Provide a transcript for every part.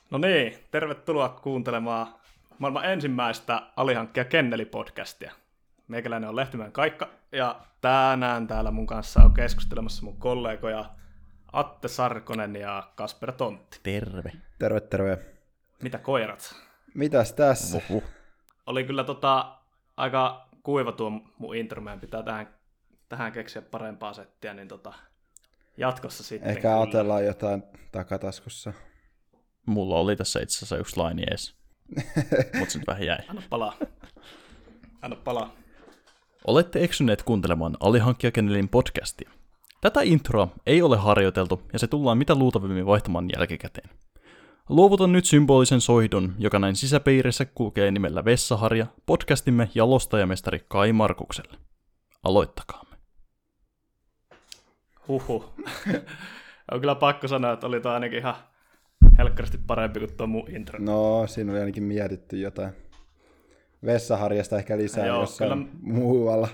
No niin, tervetuloa kuuntelemaan maailman ensimmäistä alihankkija Kenneli-podcastia. Meikäläinen on Lehtimäen Kaikka, ja tänään täällä mun kanssa on keskustelemassa mun kollegoja Atte Sarkonen ja Kasper Tontti. Terve. Terve. Mitä koirat? Mitäs tässä? Oli kyllä aika kuiva tuo mun intro, meidän pitää tähän keksiä parempaa settiä, niin jatkossa sitten. Ehkä ajatellaan jotain takataskussa. Mulla oli tässä itse asiassa yksi laini ees, mutta se nyt vähän jäi. Anna palaa. Olette eksyneet kuuntelemaan Alihankkija Kennelin podcastia. Tätä introa ei ole harjoiteltu ja se tullaan mitä luultavimmin vaihtamaan jälkikäteen. Luovutan nyt symbolisen soihdon, joka näin sisäpiirissä kulkee nimellä Vessaharja, podcastimme jalostajamestari Kai Markukselle. Aloittakaamme. Huhhuh. On kyllä pakko sanoa, että oli tuo ainakin ihan helkkaristi parempi kuin tuo mun intro. No, siinä oli ainakin mietitty jotain. Vessaharjasta ehkä lisää jossain kyllä muualla.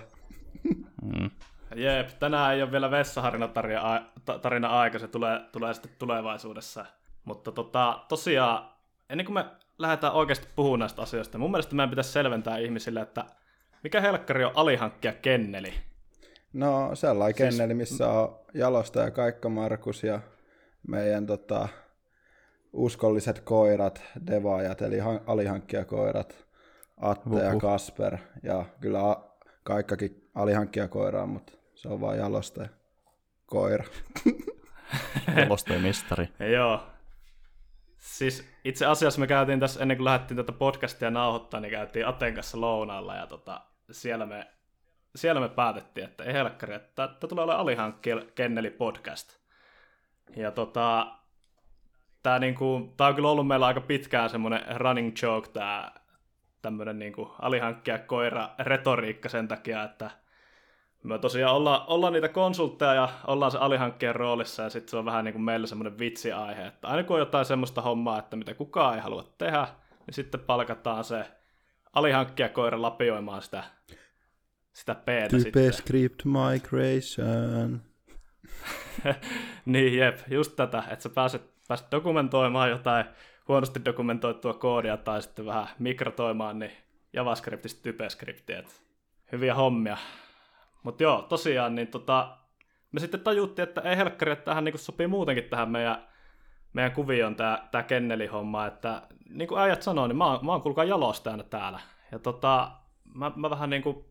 Jep, tänään ei ole vielä Vessaharjan tarina aika, se tulee sitten tulevaisuudessa. Mutta tosiaan, ennen kuin me lähdetään oikeasti puhumaan näistä asioista, mun mielestä meidän pitäisi selventää ihmisille, että mikä helkkari on alihankkija Kenneli? No, sellainen kenneli, missä on jalostaja Kaikka Markus ja meidän uskolliset koirat, devaajat, eli alihankkijakoirat, Atte ja Kasper. Ja kyllä Kaikkakin alihankkijakoira, mutta se on vaan jalostaja koira. Jalostajamestari. Joo. Siis itse asiassa me käytiin tässä, ennen kuin lähdettiin tätä podcastia nauhoittaa, niin käytiin Aten kanssa lounaalla, ja siellä me päätettiin, että ei helkkari, että tämä tulee olemaan alihankkija Kenneli podcast. Ja tämä on kyllä ollut meillä aika pitkään semmoinen running joke, tämä tämmöinen alihankkija koira retoriikka sen takia, että me tosiaan ollaan niitä konsultteja ja ollaan se alihankkijan roolissa, ja sitten se on vähän niin kuin meillä semmoinen vitsiaihe, että aina kun on jotain semmoista hommaa, että mitä kukaan ei halua tehdä, niin sitten palkataan se alihankkijakoira lapioimaan sitä P-tä sitten. Typescript migration. Niin, jep, just tätä, että sä pääset dokumentoimaan jotain huonosti dokumentoitua koodia tai sitten vähän mikrotoimaan, niin JavaScriptista typescriptiä, hyviä hommia. Mutta joo, tosiaan, niin me sitten tajuttiin, että ei helkkari, että tähän niin sopii muutenkin tähän meidän kuvioon tämä Kenneli-homma, että niin kuin äijät sanoo, niin mä oon kuulkaa jalostajana täällä. Ja mä vähän niin kuin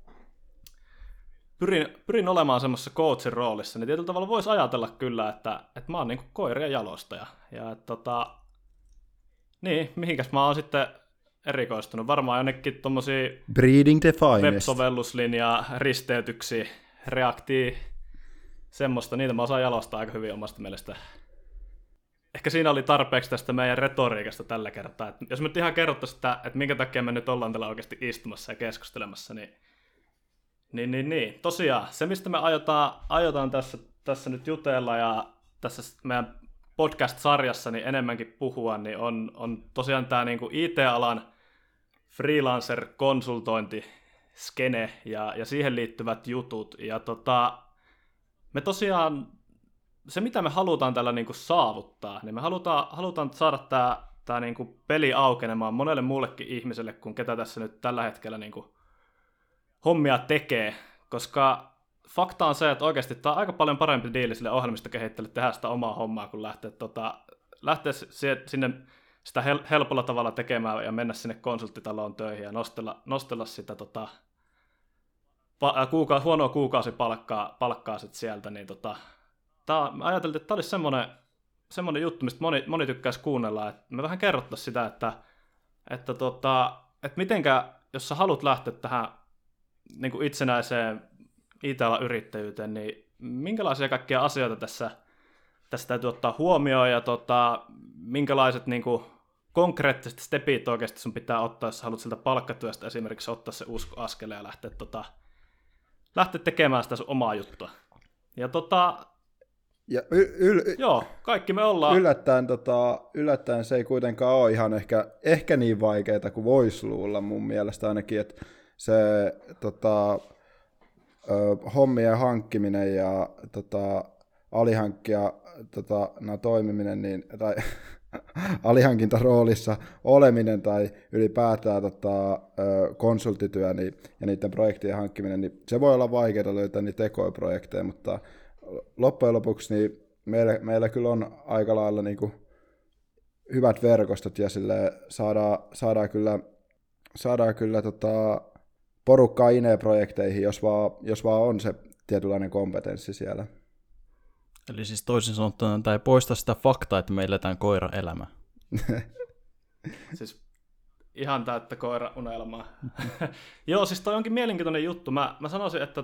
pyrin olemaan semmoisessa coachin roolissa, niin tietyllä tavalla voisi ajatella kyllä, että mä oon niin kuin koirien jalostaja. Ja niin, mihinkäs mä oon sitten erikoistunut? Varmaan jonnekin tommosia Breeding the finest. Web-sovelluslinjaa, risteytyksiä, reaktia, semmoista. Niitä mä osaan jalostaa aika hyvin omasta mielestä. Ehkä siinä oli tarpeeksi tästä meidän retoriikasta tällä kertaa. Et jos me nyt ihan kerrottaisiin sitä, että minkä takia me nyt ollaan täällä oikeasti istumassa ja keskustelemassa, niin. Tosiaan, se mistä me aiotaan tässä nyt jutella ja tässä meidän podcast-sarjassa niin enemmänkin puhua, niin on tosiaan tämä niinku IT-alan freelancer-konsultointi, skene ja siihen liittyvät jutut. Ja me tosiaan, se mitä me halutaan tällä niinku saavuttaa, niin me halutaan saada tämä niinku peli aukenemaan monelle muullekin ihmiselle, kuin ketä tässä nyt tällä hetkellä niinku hommia tekee, koska fakta on se, että oikeasti tämä on aika paljon parempi diili sille ohjelmistokehittäjälle tehdä sitä omaa hommaa, kun lähteä sinne sitä helpolla tavalla tekemään ja mennä sinne konsulttitaloon töihin ja nostella sitä huonoa kuukausipalkkaa sit sieltä. Niin ajateltiin, että tämä olisi semmoinen juttu, mistä moni tykkäisi kuunnella, että me vähän kerrottaisiin sitä, että mitenkä, jos sä haluat lähteä tähän niin kuin itsenäiseen IT-alan yrittäjyyteen, niin minkälaisia kaikkia asioita tässä täytyy ottaa huomioon ja minkälaiset niin kuin konkreettiset stepit oikeasti sun pitää ottaa, jos haluat siltä palkkatyöstä esimerkiksi ottaa se askeleen ja lähteä tekemään sitä sun omaa juttua. Ja joo, kaikki me ollaan. Yllättäen se ei kuitenkaan ole ihan ehkä niin vaikeaa kuin voisi luulla mun mielestä ainakin, että se hommien hankkiminen ja alihankkia toimiminen, niin, tai alihankintaroolissa oleminen tai ylipäätään konsulttityö ja niiden projektien hankkiminen, niin se voi olla vaikeaa löytää niitä tekoprojekteja, mutta loppujen lopuksi niin meillä kyllä on aika lailla niin kuin hyvät verkostot ja saadaan kyllä porukkaa INE-projekteihin, jos vaan on se tietynlainen kompetenssi siellä. Eli siis toisin sanottuna tämä ei poista sitä faktaa, että me eletään koira-elämä. Siis ihan täyttä koira-unelmaa. Joo, siis toi onkin mielenkiintoinen juttu. Mä sanoisin, että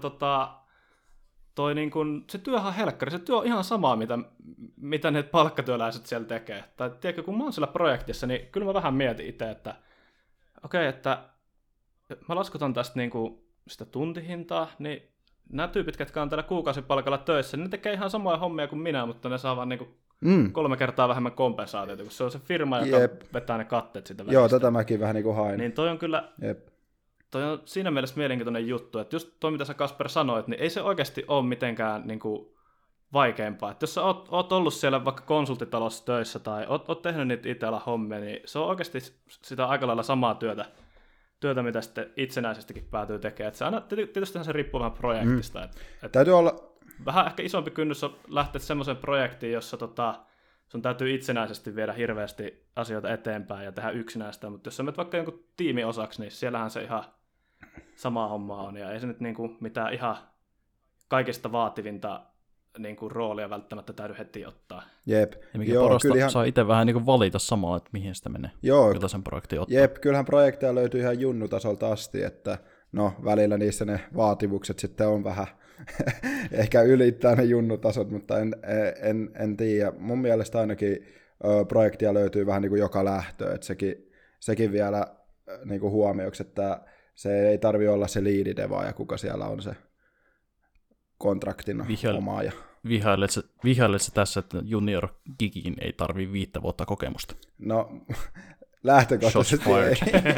toi niin kun, se työhän on helkkari. Se työ on ihan samaa, mitä ne palkkatyöläiset siellä tekee. Tai tiedätkö, kun mä oon siellä projektissa, niin kyllä mä vähän mietin itse, että okei, että mä laskutan tästä niin kuin sitä tuntihintaa, niin nämä tyypit, ketkä on täällä kuukausipalkalla töissä, ne tekee ihan samoja hommia kuin minä, mutta ne saa vaan niin kuin 3 kertaa vähemmän kompensaatiota, kun se on se firma, joka vetää ne katteet sitä välistä. Joo, tätä mäkin vähän niin kuin hain. Niin toi on kyllä, toi on siinä mielessä mielenkiintoinen juttu, että just toi, mitä sä Kasper sanoit, niin ei se oikeasti ole mitenkään niin kuin vaikeampaa. Että jos sä oot ollut siellä vaikka konsulttitalossa töissä tai oot tehnyt niitä itsellä hommia, niin se on oikeasti sitä aika lailla samaa työtä, mitä sitten itsenäisestikin päätyy tekemään. Että se aina, tietysti se riippuu vähän projektista. Täytyy olla vähän ehkä isompi kynnys on lähteä semmoiseen projektiin, jossa sun täytyy itsenäisesti viedä hirveästi asioita eteenpäin ja tehdä yksinäistä, mutta jos sä menet vaikka jonkun tiimin osaksi, niin siellähän se ihan sama homma on, ja ei se nyt niinku mitään ihan kaikista vaativinta niinku roolia välttämättä täydy heti ottaa. Jep. Ja mikä parasta, saa itse vähän niinku valita samaa, että mihin sitä menee, millaisen projektin ottaa. Jep, kyllähän projekteja löytyy ihan junnutasolta asti, että no välillä niissä ne vaatimukset sitten on vähän ehkä ylittää ne junnutasot, mutta en tiedä. Mun mielestä ainakin projektia löytyy vähän niin kuin joka lähtö, että sekin vielä niin kuin huomioiksi, että se ei tarvitse olla se liididevaaja, kuka siellä on se kontraktin omaaja. Vihailet sä tässä, että junior gigiin ei tarvitse 5 vuotta kokemusta? No, lähtökohtaisesti ei.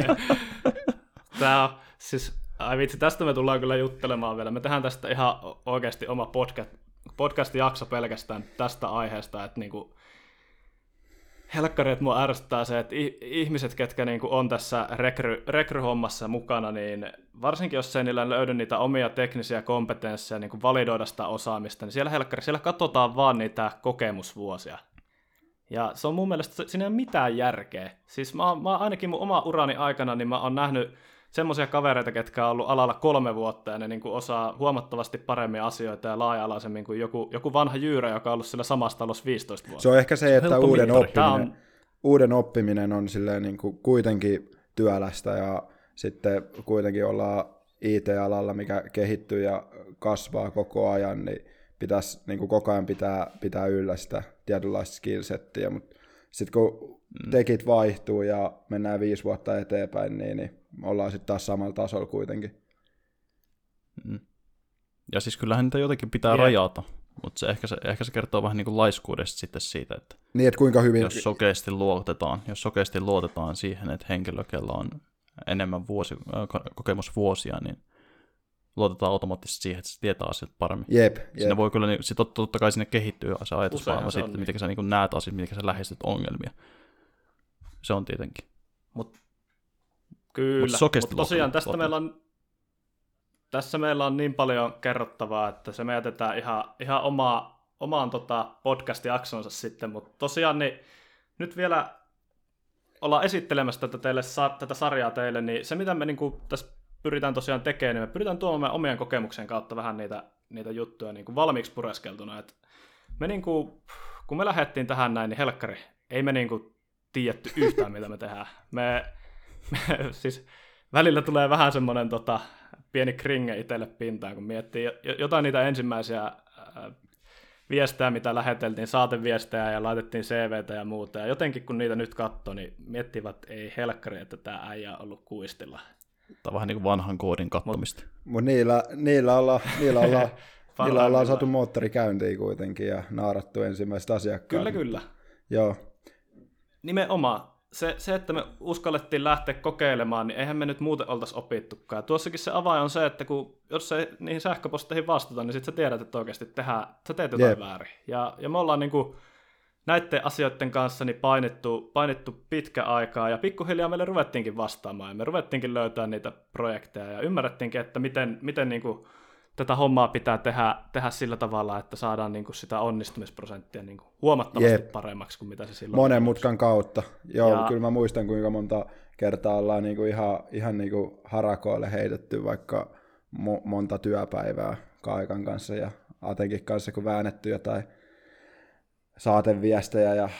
Tämä on, siis, ai vitsi, tästä me tullaan kyllä juttelemaan vielä. Me tehdään tästä ihan oikeasti oma podcast-jakso pelkästään tästä aiheesta, että niinku, helkkari, että mua ärsyttää se, että ihmiset, ketkä niinku on tässä rekryhommassa mukana, niin varsinkin jos ei niillä löydy niitä omia teknisiä kompetensseja niin validoida sitä osaamista, niin siellä katsotaan vaan niitä kokemusvuosia. Ja se on mun mielestä, siinä ei ole mitään järkeä. Siis mä ainakin mun oma urani aikana, niin mä oon nähnyt semmoisia kavereita, ketkä on ollut alalla 3 vuotta, ja ne niin kuin osaa huomattavasti paremmin asioita ja laaja-alaisemmin kuin joku vanha jyyrä, joka on ollut siellä samassa talossa 15 vuotta. Se on ehkä se, että uuden oppiminen on silleen niin kuin kuitenkin työlästä, ja sitten kuitenkin ollaan IT-alalla, mikä kehittyy ja kasvaa koko ajan, niin pitäisi niin kuin koko ajan pitää yllä sitä tietynlaista skillsettiä, mutta sitten kun tekit vaihtuu ja mennään 5 vuotta eteenpäin, niin ollaan sitten taas samalla tasolla kuitenkin. Ja siis kyllähän niitä jotenkin pitää rajata, mutta ehkä se kertoo vähän niin kuin laiskuudesta sitten siitä, että, niin, että kuinka hyvin jos sokeasti luotetaan siihen, että henkilö, kellä on enemmän kokemusvuosia, niin luotetaan automaattisesti siihen, että se tietää asiat paremmin. Jep. Siinä voi kyllä, totta kai sinne kehittyy se ajatusmaailma siitä, että miten sä niin näet asiat, miten sä lähestyt ongelmia. Se on tietenkin. Kyllä, mutta tosiaan tässä meillä on niin paljon kerrottavaa, että se me jätetään ihan omaan podcast-jaksonsa sitten, mutta tosiaan niin nyt vielä ollaan esittelemässä tätä sarjaa teille, niin se mitä me niin kuin tässä pyritään tosiaan tekemään, niin me pyritään tuomaan omien kokemuksen kautta vähän niitä juttuja niin kuin valmiiksi pureskeltuna. Et me niin kuin, kun me lähdettiin tähän näin, niin helkkari, ei me niin kuin tiedetty yhtään, mitä me tehdään. Me siis välillä tulee vähän semmoinen pieni kringe itselle pintaan, kun miettii jotain niitä ensimmäisiä viestejä, mitä läheteltiin, saateviestejä ja laitettiin CVtä ja muuta. Ja jotenkin kun niitä nyt katsoo, niin miettivät, ei helkkari, että tämä äijä on ollut kuistilla. Tämä on vähän niin kuin vanhan koodin katsomista. Mutta niillä ollaan saatu moottori käyntiin kuitenkin ja naarattu ensimmäiset asiakkaat. Kyllä. Joo. Nimenomaan. Se, että me uskallettiin lähteä kokeilemaan, niin eihän me nyt muuten oltaisi opittukaan. Tuossakin se avain on se, että jos ei niihin sähköposteihin vastata, niin sitten sä tiedät, että oikeasti sä teet jotain väärin. Ja me ollaan niinku näiden asioiden kanssa niin painittu pitkä aikaa, ja pikkuhiljaa meille ruvettiinkin vastaamaan, ja me ruvettiinkin löytämään niitä projekteja, ja ymmärrettiinkin, että miten niin kuin tätä hommaa pitää tehdä sillä tavalla, että saadaan niin kuin sitä onnistumisprosenttia niin kuin huomattavasti paremmaksi kuin mitä se silloin monen mutkan kautta. Joo, kyllä mä muistan, kuinka monta kertaa ollaan niin kuin ihan niin kuin harakoille heitetty vaikka monta työpäivää Kaikan kanssa ja Atenkin kanssa, kun väännetty jotain saateviestejä ja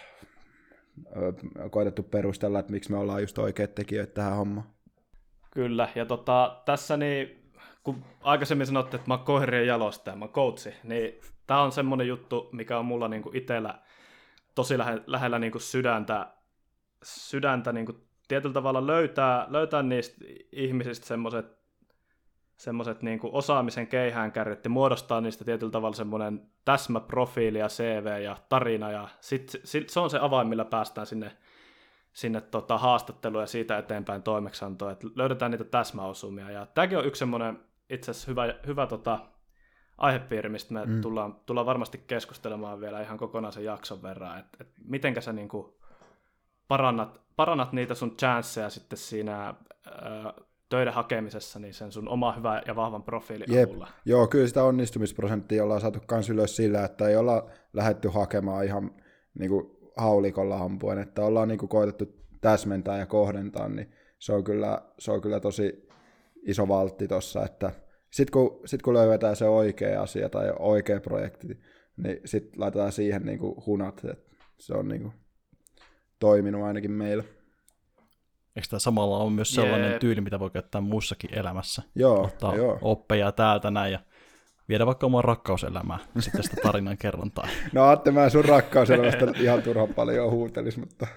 koetettu perustella, että miksi me ollaan just oikeat tekijöitä tähän hommaan. Kyllä, ja tässä niin, kun aikaisemmin sanottiin, että mä oon koirien jalostaja, mä oon coachi, niin tää on semmonen juttu, mikä on mulla niinku itsellä tosi lähellä niinku sydäntä niinku tietyllä tavalla löytää niistä ihmisistä semmoiset niinku osaamisen keihäänkärjet ja muodostaa niistä tietyllä tavalla semmoinen täsmäprofiili ja CV ja tarina, ja se on se avain, millä päästään sinne haastatteluun ja siitä eteenpäin toimeksiantoon, että löydetään niitä täsmäosumia, ja tämäkin on yksi semmoinen itse asiassa hyvä aihepiiri, mistä me tullaan varmasti keskustelemaan vielä ihan kokonaisen jakson verran, että mitenkä sä niinku parannat niitä sun chanceja sitten siinä töiden hakemisessa, niin sen sun oma hyvä ja vahvan profiilin avulla. Joo, kyllä sitä onnistumisprosenttia ollaan saatu kans ylös sillä, että ei olla lähdetty hakemaan ihan niin kuin haulikolla ampuen, että ollaan niin kuin koetettu täsmentää ja kohdentaa, niin se on kyllä tosi iso valtti tossa, että sit kun löydetään se oikea asia tai oikea projekti, niin sit laitetaan siihen niin kuin hunat, että se on niin kuin toiminut ainakin meillä. Eikö tämä samalla ole myös sellainen tyyli, mitä voi käyttää muussakin elämässä? Joo, ottaa oppeja täältä näin ja viedä vaikka omaa rakkauselämää sitten sitä tarinan kerrontaa. No Atte, mä sun rakkauselämästä ihan turhan paljon huutelis, mutta...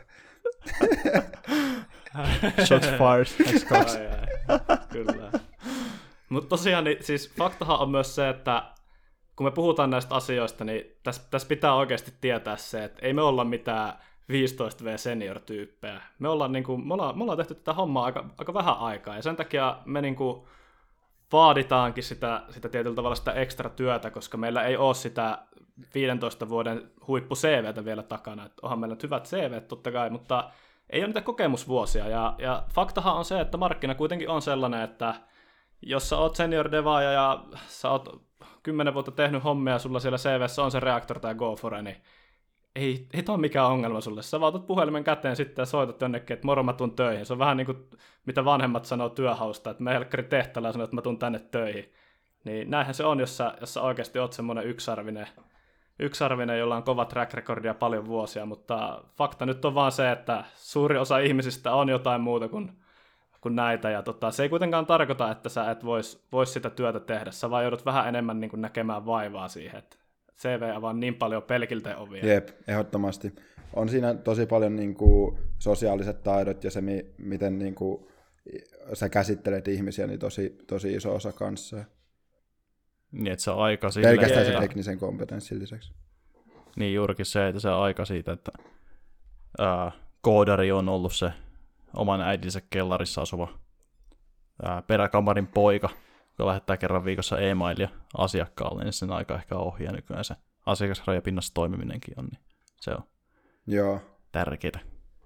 Shots fired. Kyllä. Mutta tosiaan, niin, siis faktahan on myös se, että kun me puhutaan näistä asioista, niin tässä pitää oikeasti tietää se, että ei me olla mitään 15V senior-tyyppejä. Me ollaan tehty tätä hommaa aika vähän aikaa, ja sen takia me niinku vaaditaankin sitä tietyllä tavalla sitä ekstra työtä, koska meillä ei ole sitä 15 vuoden huippu CVtä vielä takana. Et onhan meillä nyt hyvät CVt totta kai, mutta ei ole niitä kokemusvuosia. Ja faktahan on se, että markkina kuitenkin on sellainen, että jos sä oot senior devaaja ja sä oot 10 vuotta tehnyt hommia ja sulla siellä CVssä on se Reactor tai GoFore, niin ei tämä ole mikään ongelma sulle. Sä vaatat puhelimen käteen sitten ja soitat jonnekin, että moro, mä tuun töihin. Se on vähän niin kuin mitä vanhemmat sanoo työhausta, että me helkkari tehtävällä ja sanoo, että mä tuun tänne töihin. Niin näinhän se on, jos sä oikeasti oot semmoinen yksarvinen, jolla on kova track record ja paljon vuosia, mutta fakta nyt on vaan se, että suuri osa ihmisistä on jotain muuta kuin näitä, ja se ei kuitenkaan tarkoita, että sä et vois sitä työtä tehdä, sä vaan joudut vähän enemmän niin kuin näkemään vaivaa siihen, että CV avaa niin paljon pelkiltä ovia. Jep, ehdottomasti. On siinä tosi paljon niin kuin sosiaaliset taidot ja se, miten niin kuin sä käsittelet ihmisiä, niin tosi iso osa kanssa. Niin, että se aika silleen... Pelkästään se teknisen kompetenssin lisäksi. Niin, juurikin se, että se aika siitä, että koodari on ollut se oman äidinsä kellarissa asuva peräkamarin poika, kun lähettää kerran viikossa e-mailia asiakkaalle, niin sen aika ehkä ohi, ja nykyään se asiakasrajapinnassa toimiminenkin on, niin se on tärkeää.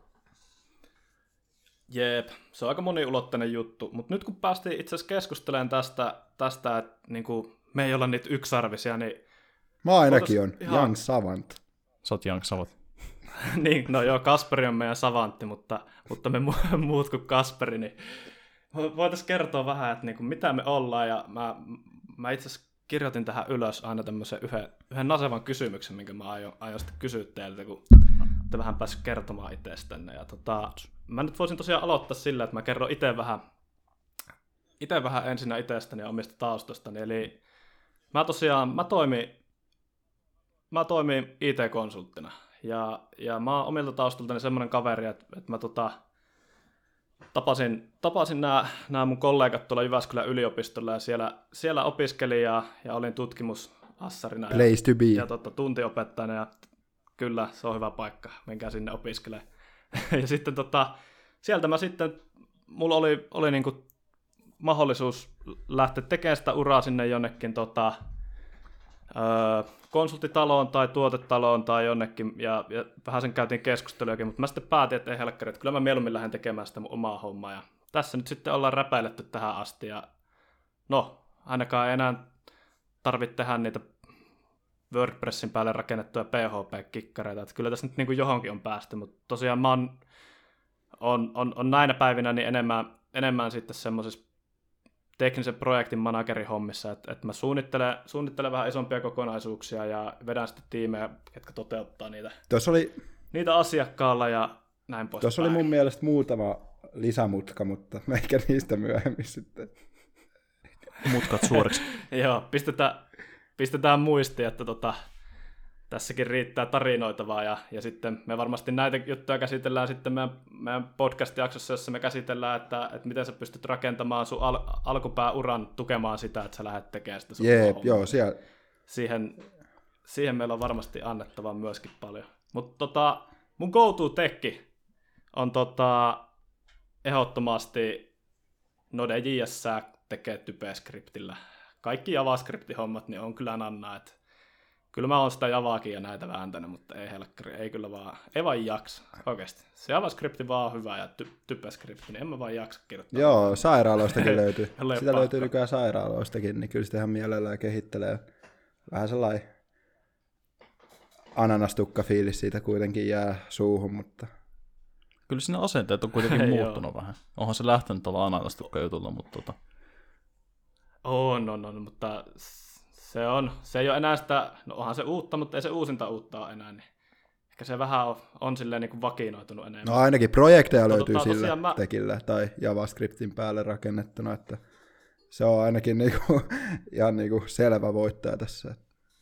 Jep, se on aika moniulotteinen juttu, mutta nyt kun päästiin itse asiassa keskustelemaan tästä että niinku, me ei olla niitä yksarvisia, niin... Mä ainakin on Young Savant. Sä oot Young Savant. Niin, no joo, Kasperi on meidän savantti, mutta me muut kuin Kasperi, niin voitaisiin kertoa vähän, että niinku, mitä me ollaan, ja mä itse asiassa kirjoitin tähän ylös aina tämmöisen yhden nasevan kysymyksen, minkä mä aion sitten kysyä teiltä, kun te vähän päässyt kertomaan itsestänne. Ja mä nyt voisin tosiaan aloittaa sillä, että mä kerron itse vähän ensinnä itsestäni ja omista taustastani. Eli mä toimin IT-konsulttina. Ja mä oon omilta taustaltani semmoinen kaveri, että mä tapasin nämä mun kollegat tuolla Jyväskylän yliopistolla, ja siellä opiskelin ja olin tutkimusassarina Place to be. Ja tuntiopettajana, ja kyllä, se on hyvä paikka, menkää sinne opiskelemaan. Ja sitten sieltä mulla oli niinku mahdollisuus lähteä tekemään sitä uraa sinne jonnekin konsulttitaloon tai tuotetaloon tai jonnekin, ja vähän sen käytiin keskustelujakin, mutta mä sitten päätin, että ei helkkari, että kyllä mä mieluummin lähden tekemään sitä mun omaa hommaa, ja tässä nyt sitten ollaan räpäiletty tähän asti, ja no, ainakaan ei enää tarvitse tehdä niitä WordPressin päälle rakennettuja PHP-kikkareita, että kyllä tässä nyt niin kuin johonkin on päästy, mutta tosiaan mä on näinä päivinä niin enemmän sitten semmoisessa teknisen projektin managerin hommissa, että mä suunnittelen vähän isompia kokonaisuuksia ja vedän sitten tiimejä, jotka toteuttaa niitä asiakkaalla ja näin pois. Tuossa oli mun mielestä muutama lisämutka, mutta ehkä niistä myöhemmin sitten. Mutkat suoriksi. Joo, pistetään muistiin, että tässäkin riittää tarinoitavaa, ja sitten me varmasti näitä juttuja käsitellään sitten meidän podcast-jaksossa, jossa me käsitellään, että miten sä pystyt rakentamaan sun alkupääuran tukemaan sitä, että sä lähdet tekemään sitä sun joo, siellä. Siihen meillä on varmasti annettavaa myöskin paljon. Mutta mun go-to-tekki on ehdottomasti Node.js tekee TypeScriptillä. Kaikki JavaScript-hommat niin on kyllä Nanna, että kyllä mä oon sitä Javaakin ja näitä vääntänyt, mutta ei helkkari, ei vaan jaksa, oikeasti. Se JavaScript vaan on hyvä ja TypeScript, niin en mä vaan jaksa kirjoittaa. Joo, sairaaloistakin löytyy. Sitä löytyy nykyään sairaaloistakin, niin kyllä sitä ihan mielellään kehittelee. Vähän sellainen ananastukka-fiilis siitä kuitenkin jää suuhun, mutta... Kyllä siinä asenteet on kuitenkin muuttunut vähän. Onhan se lähtenyt tuolla ananastukka-jutulla, mutta On, mutta se ei ole enää sitä, no onhan se uutta, mutta ei se uusinta uutta ole enää, niin ehkä se vähän on silleen niin kuin vakinoitunut enemmän. No ainakin projekteja löytyy sillä tekillä tai JavaScriptin päälle rakennettuna, että se on ainakin niinku, ihan niinku selvä voittaja tässä.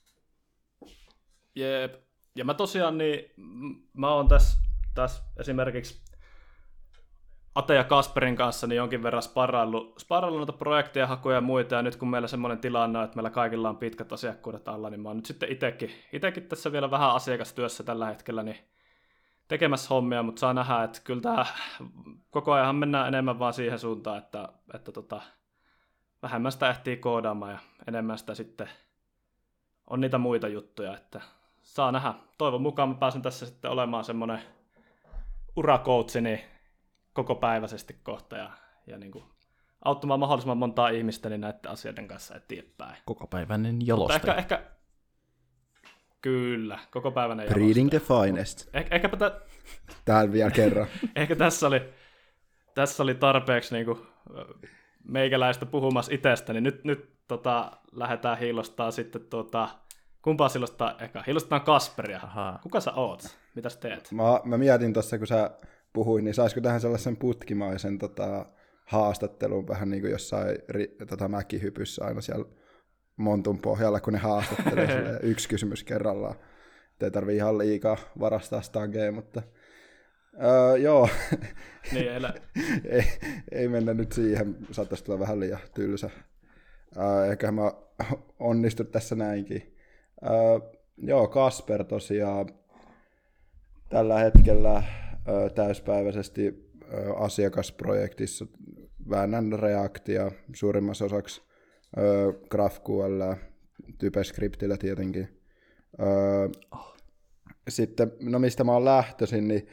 Jep, ja mä tosiaan niin, mä oon tässä esimerkiksi Ate ja Kasperin kanssa niin jonkin verran sparraillut noita projekteja, hakuja ja muita, ja nyt kun meillä semmoinen tilanne on, että meillä kaikilla on pitkät asiakkuudet alla, niin mä oon nyt sitten itsekin tässä vielä vähän asiakastyössä tällä hetkellä niin tekemässä hommia, mutta saa nähdä, että kyllä tämä koko ajan mennään enemmän vaan siihen suuntaan, että vähemmän sitä ehtii koodaamaan ja enemmän sitä sitten on niitä muita juttuja, että saa nähdä. Toivon mukaan mä pääsen tässä sitten olemaan semmoinen urakoutsi niin kokopäiväisesti kohta ja niin kuin auttamaan mahdollisimman montaa ihmistä niin näiden asioiden kanssa eteenpäin. Kokopäiväinen jalostaja. Ehkä kyllä, kokopäiväinen Breeding the finest. Ehkäpä Täällä vielä kerran. Ehkä tässä oli tarpeeksi niin kuin meikäläistä puhumassa itsestä, niin nyt lähdetään hiilostaa sitten kumpaa silloista eka? Hiilostetaan Kasperia. Aha. Kuka sä oot? Mitäs teet? Mä mietin tuossa, kun sä puhuin, niin saisiko tähän sellaisen putkimaisen haastattelun vähän niin kuin jossain mäkihypyssä aina siellä montun pohjalla, kun ne haastattelee yksi kysymys kerrallaan. Ei tarvii ihan liikaa varastaa stangea, mutta joo. Niin, ei mennä nyt siihen, saattaisi tulla vähän liian tylsä. Eiköhän mä onnistu tässä näinkin. Joo, Kasper tosiaan tällä hetkellä täyspäiväisesti asiakasprojektissa väännän Reactia suurimmassa osaksi GraphQL, TypeScriptillä tietenkin. Sitten, no mistä mä oon lähtöisin, niin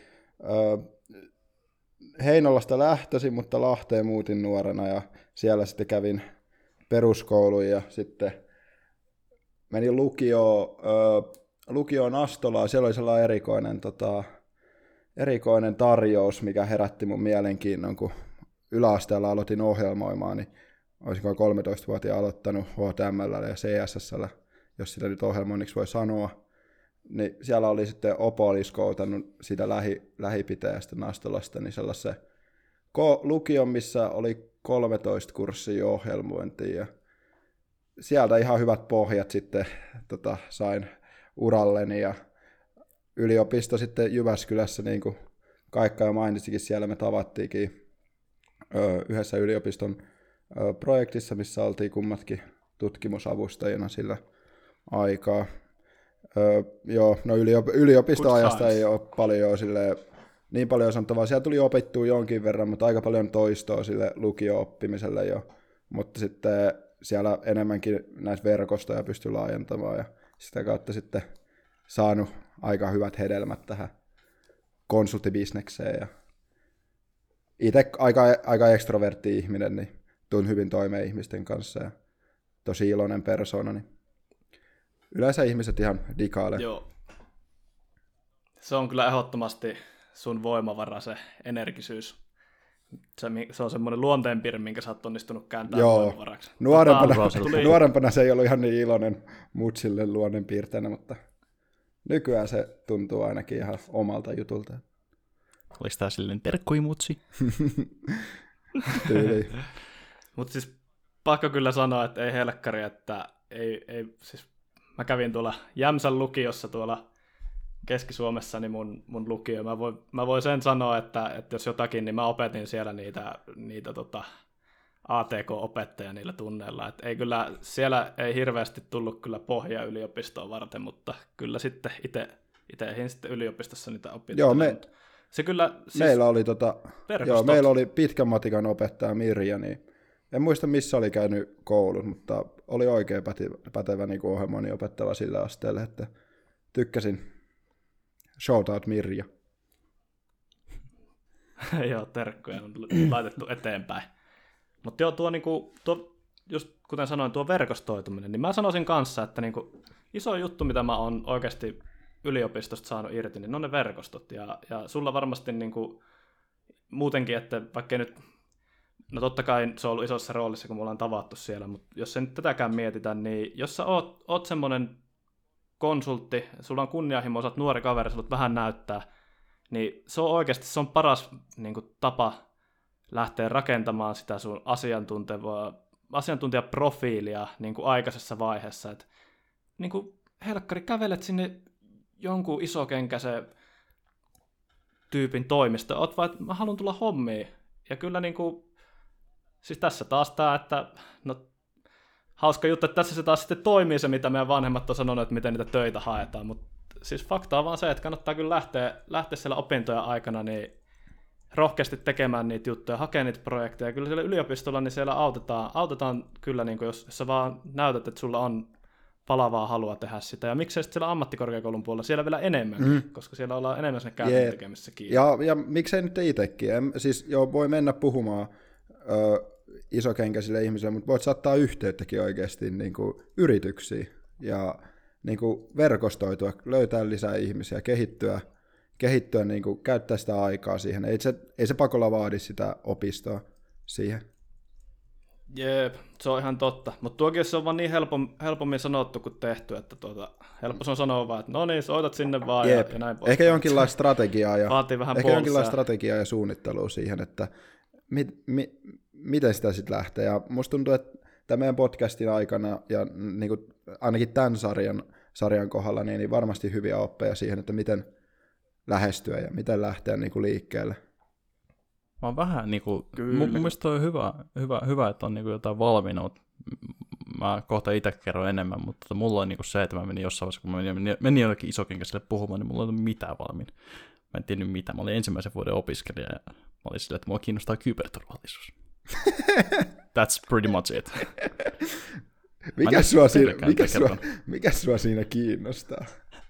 Heinolasta lähtöisin, mutta Lahteen muutin nuorena ja siellä sitten kävin peruskoulun ja sitten menin lukioon Astolaan. Siellä oli sellainen erikoinen tarjous, mikä herätti mun mielenkiinnon, kun yläasteella aloitin ohjelmoimaan, niin olisinko 13-vuotiaan aloittanut HTML ja CSS:llä, jos sitä nyt ohjelmoinniksi voi sanoa. Niin siellä oli sitten Opo oli skoutannut sitä lähipiteestä Astolasta, niin sellaisen lukion, missä oli 13 kurssia ohjelmointia. Ja sieltä ihan hyvät pohjat sitten sain uralleni ja yliopisto sitten Jyväskylässä, niin kuin Kaikka jo mainitsikin, siellä me tavattiinkin yhdessä yliopiston projektissa, missä oltiin kummatkin tutkimusavustajina sillä aikaa. Joo, no yliopistoajasta ei ole paljon niin paljon sanottavaa. Siellä tuli opittua jonkin verran, mutta aika paljon toistoa sille lukio-oppimiselle jo. Mutta sitten siellä enemmänkin näitä verkostoja pystyi laajentamaan ja sitä kautta sitten saanut aika hyvät hedelmät tähän konsulttibisnekseen. Ja itse aika ekstrovertti ihminen, niin tuun hyvin toimeen ihmisten kanssa ja tosi iloinen persoona, niin yleensä ihmiset ihan digailee. Joo. Se on kyllä ehdottomasti sun voimavara, se energisyys. Se on semmoinen luonteenpiirre, minkä sä oot onnistunut kääntämään voimavaraksi. Nuorempana se ei ollut ihan niin iloinen mutsille luonneenpiirteenä, mutta nykyään se tuntuu ainakin ihan omalta jutulta. Oliko tää silleen terkkuimutsi? Tyyli. Mutta siis pakko kyllä sanoa, että ei helkkari, että ei siis mä kävin tuolla Jämsän lukiossa tuolla Keski-Suomessa, niin mun lukio. Mä voin sen sanoa, että jos jotakin, niin mä opetin siellä niitä ATK-opettajia niillä tunneilla. Et ei kyllä, siellä ei hirveästi tullut kyllä pohjaa yliopistoa varten, mutta kyllä sitten itse eihin sitten yliopistossa niitä opintoja. Joo, se kyllä, siis meillä oli pitkän matikan opettaja Mirja, niin en muista missä oli käynyt koulut, mutta oli oikein pätevä niin ohjelmoinnin opettava sillä asteella, että tykkäsin. Shoutout Mirja. Joo, terkkuja on laitettu eteenpäin. Mutta joo, tuo, just kuten sanoin, tuo verkostoituminen, niin mä sanoisin kanssa, että niinku, iso juttu, mitä mä oon oikeasti yliopistosta saanut irti, niin ne on ne verkostot. Ja sulla varmasti niinku, muutenkin, että vaikka nyt, no totta kai se on ollut isossa roolissa, kun me ollaan tavattu siellä, mutta jos ei nyt tätäkään mietitä, niin jos sä oot semmoinen konsultti, sulla on kunnianhimo, sä oot nuori kaveri, sulla vähän näyttää, niin se on oikeasti se on paras niin kuin, tapa lähteä rakentamaan sitä sun asiantuntijaprofiilia niin kuin aikaisessa vaiheessa. Et, niin kuin, helkkari, kävelet sinne jonkun isokenkäisen tyypin toimistoon, oot vaan, että mä haluan tulla hommiin. Ja kyllä niin kuin, siis tässä taas tämä, että no, hauska juttu, että tässä se taas sitten toimii se, mitä meidän vanhemmat on sanonut, että miten niitä töitä haetaan, mutta siis fakta on vaan se, että kannattaa kyllä lähteä siellä opintojen aikana niin rohkeasti tekemään niitä juttuja, hakemaan niitä projekteja. Kyllä siellä yliopistolla niin siellä autetaan kyllä, niin kuin jos sä vaan näytät, että sulla on palavaa halua tehdä sitä. Ja miksei sitten siellä ammattikorkeakoulun puolella siellä vielä enemmän, koska siellä ollaan enemmän sinne käytännön tekemisessä kiinni. Ja miksei nyt itsekin. Siis voi mennä puhumaan isokenkäisille ihmisille, mutta voit saattaa yhteyttäkin oikeasti niin kuin yrityksiin ja niin kuin verkostoitua, löytää lisää ihmisiä, kehittyä niin kuin, käyttää sitä aikaa siihen. Ei se pakolla vaadi sitä opistoa siihen. Jep, se on ihan totta. Mutta tuokin se on vaan niin helpommin sanottu kuin tehty, että helppo se on sanoa vaan, että no niin, soitat sinne vaan ja näin pois. Ehkä jonkinlaista strategiaa ja suunnittelua siihen, että miten sitä sitten lähtee. Ja musta tuntuu, että tämän meidän podcastin aikana ja niin kuin ainakin tämän sarjan kohdalla niin varmasti hyviä oppeja siihen, että miten lähestyä ja miten lähteä niin kuin liikkeelle. Mä oon vähän niin kuin, mun mielestä on hyvä, että on niin kuin jotain valmiina. Mä kohta itse kerron enemmän, mutta mulla on niin kuin se, että mä menin jossain vaiheessa, kun mä menin jollekin isokenkäiselle puhumaan, niin mulla ei ollut mitään valmiina. Mä en tiennyt mitä. Mä olin ensimmäisen vuoden opiskelija ja mä olin sillä, että mua kiinnostaa kyberturvallisuus. That's pretty much it. Mikä sua siinä kiinnostaa?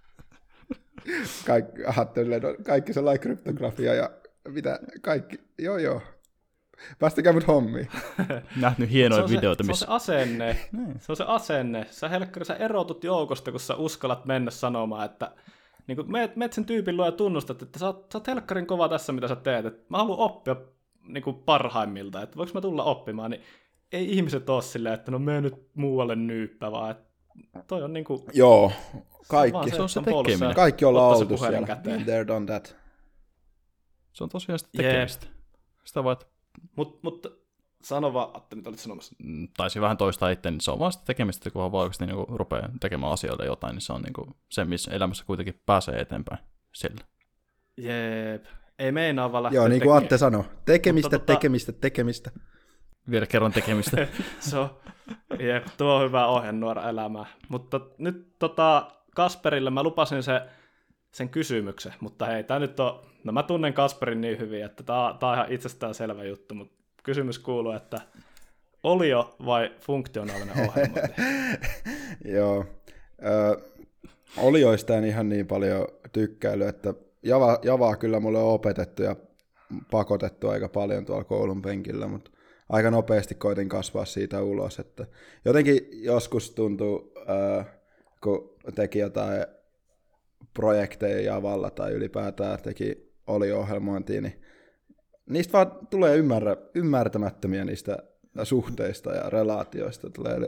Kaikki sellainen kryptografia ja mitä kaikki. Joo. Päästäkää mut hommiin. Nähnyt hienoja videoita, missä... Se on se asenne. Sä erotut joukosta, kun sä uskallat mennä sanomaan, että niin meet sen tyypin luo ja tunnustat, että sä oot helkkarin kova tässä, mitä sä teet. Että mä haluan oppia niin kuin parhaimmilta, että voiko mä tulla oppimaan, niin ei ihmiset ole silleen, että no mene nyt muualle nyyppä, vaan että toi on niinku... Joo, kaikki. Se on se tekeminen. Kaikki ollaan oltu siellä. Been there, done that. Se on tosiaan sitä tekemistä. Sitä vaan, Mutta sano vaan, Atte, mitä olit sanomassa. Taisin vähän toistaa itse, niin se on vaan sitä tekemistä, kun vaan oikeasti niin rupeaa tekemään asioille jotain, niin se on niin se, missä elämässä kuitenkin pääsee eteenpäin sillä. Jep. Ei meinaa vaan lähteä Joo, niin kuin Atte sanoi. Tekemistä. Vielä kerran tekemistä. Jep, tuo on hyvä ohjenuora elämää. Mutta nyt Kasperille mä lupasin sen kysymyksen, mutta hei, tää nyt on, no mä tunnen Kasperin niin hyvin, että tää on ihan itsestään selvä juttu, mutta kysymys kuuluu, että olio vai funktionaalinen ohjelmointi? Joo. Olioista en ihan niin paljon tykkäily, että Javaa kyllä mulle on opetettu ja pakotettu aika paljon tuolla koulun penkillä, mutta aika nopeasti koitin kasvaa siitä ulos. Että jotenkin joskus tuntuu, kun teki jotain projekteja Javalla tai ylipäätään teki olio-ohjelmointia, niin niistä vaan tulee ymmärtämättömiä niistä suhteista ja relaatioista. Tulee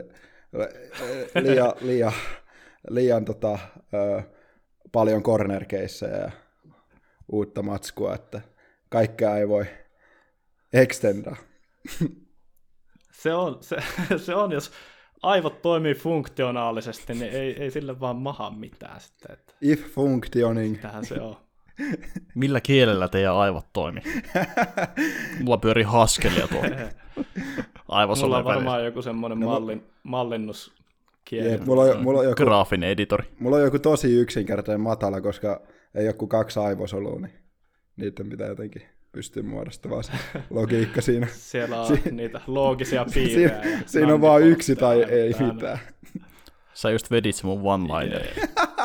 liian paljon corner-keissejä ja uutta matskua, että kaikkea ei voi extendaa. Se on, jos aivot toimii funktionaalisesti, niin ei sille vaan maha mitään sitten. Että If functioning. tähän se on. Millä kielellä teidän aivot toimii? Mulla pyörii Haskellia tuolla aivosolen Mulla on välissä. varmaan joku semmoinen mallinnuskieli. Mulla on joku, graafinen editori. mulla on joku tosi yksinkertainen matala, koska ei ole kuin 2 aivosolua, niin niiden pitää jotenkin pystyä muodostamaan se logiikka siinä. Siellä on niitä loogisia piirejä. Siinä on vaan yksi tai ei mitään. Sä just vedit se mun one-liner.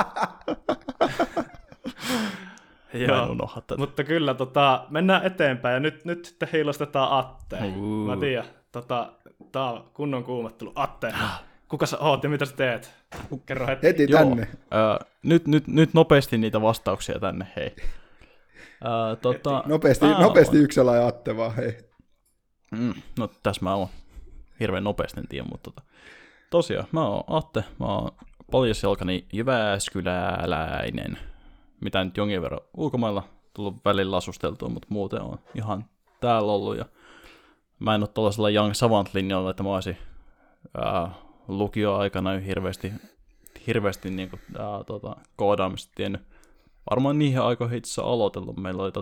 Joo, mutta kyllä mennään eteenpäin ja nyt sitten heilostetaan Atteen. Mä tiedän, tää on kunnon kuumottelu. Atte, kuka sä oot ja mitä sä teet? Kerro Heti tänne. Nyt nopeasti niitä vastauksia tänne, hei. Nopeasti yksi ja Atte vaan, hei. No tässä mä oon. Hirveän nopeasti en tiedä, mutta tosiaan mä oon Atte, mä oon paljasjalkani jyväskyläläinen. Mitä nyt jonkin verran ulkomailla tullut välillä asusteltua, mutta muuten on ihan täällä ollut. Ja mä en ole tuollaisella Young Savant-linjalla, että mä olisin lukioaikana hirveästi niin kuin, koodaamista tiennyt. Varmaan niihin aikoihin itse asiassa aloitellut. Meillä oli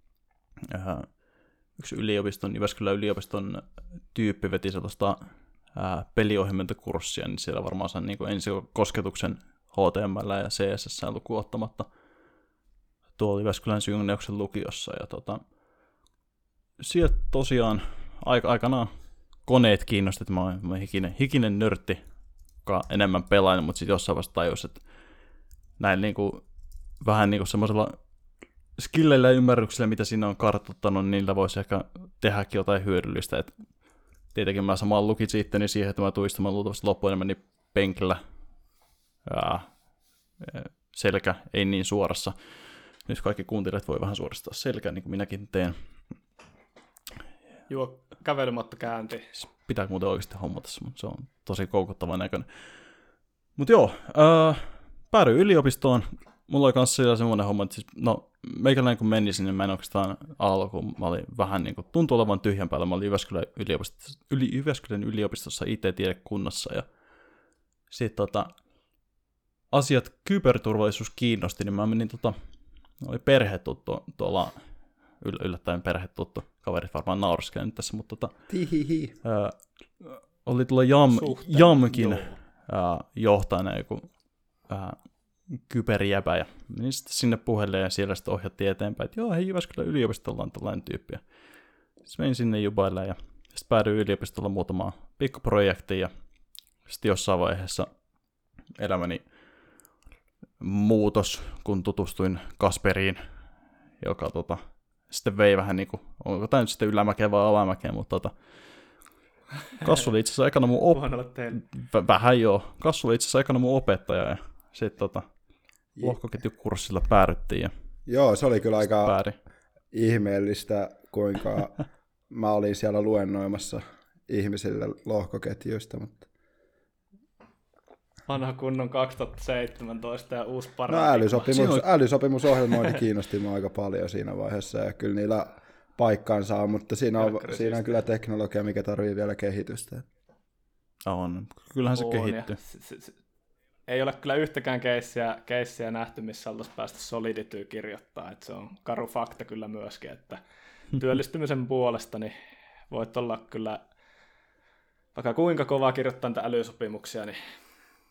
yksi Jyväskylän yliopiston tyyppi veti sellaista peliohjelmointikurssia, niin siellä varmaan sain niin ensi kosketuksen HTML ja CSS lukuun ottamatta tuolla Jyväskylän Synneuksen lukiossa. Ja sieltä tosiaan aikanaan koneet kiinnosti, että mä oon hikinen nörtti, joka enemmän pelainen, mutta sitten jossain vaiheessa tajus, että näin niinku, vähän niinku semmoisella skilleillä ja ymmärryksellä, mitä siinä on kartoittanut, niin niillä voisi ehkä tehdäkin jotain hyödyllistä. Et tietenkin mä samalla lukitsin itteni siihen, että mä tuun istumaan luultavasti loppuun enemmän niin penkillä. Selkä ei niin suorassa. Nyt kaikki kuuntelijat voi vähän suoristaa selkää, niin kuin minäkin teen. Juo kävelymatta käänti. Pitää muuten oikeasti hommata se, mutta se on tosi koukuttava näköinen. Mutta joo, päädyin yliopistoon. Mulla oli kanssa semmoinen homma, että siis, meikäläinen kun meni sinne, mä en oikeastaan alkuun. Mä olin vähän niin kuin, tuntui olevan tyhjän päällä. Mä olin Jyväskylän yliopistossa IT-tiedekunnassa ja sitten asiat kyberturvallisuus kiinnosti, niin mä menin oli perhetuttu tuolla, yllättäen perhetuttu, kaverit varmaan nauraskelevat nyt tässä, mutta oli tuolla Jamkin johtajana joku kyberjäpä, ja menin sitten sinne puhelle ja siellä sitten ohjattiin eteenpäin, että joo, hei Jyväskylän yliopistolla on tällainen tyyppi, ja sitten menin sinne jubaille ja sitten päädyin yliopistolla muutamaan pikkuprojektiin, ja sitten jossain vaiheessa elämäni muutos, kun tutustuin Kasperiin, joka sitten vei vähän niin kuin, onko tämä nyt sitten ylämäkeä vai alamäkeä, mutta Kassu oli itse asiassa ekana mun Kassu oli itse asiassa ekana mun opettaja, ja sitten lohkoketjukurssilla päädyttiin. Ja joo, se oli kyllä aika ihmeellistä, kuinka mä olin siellä luennoimassa ihmisille lohkoketjuista, mutta vanha kunnon 2017 ja uusi paradigma. Älysopimusohjelmointi kiinnosti minua aika paljon siinä vaiheessa, ja kyllä niillä paikkaansa on, mutta siinä on kyllä teknologia, mikä tarvii vielä kehitystä. On. Kyllähän se kehittyy. Ei ole kyllä yhtäkään keissiä nähty, missä oltaisiin päästä Solidityy kirjoittaa. Että se on karu fakta kyllä myöskin, että työllistymisen puolesta niin voit olla kyllä, vaikka kuinka kovaa kirjoittaa niitä älysopimuksia, niin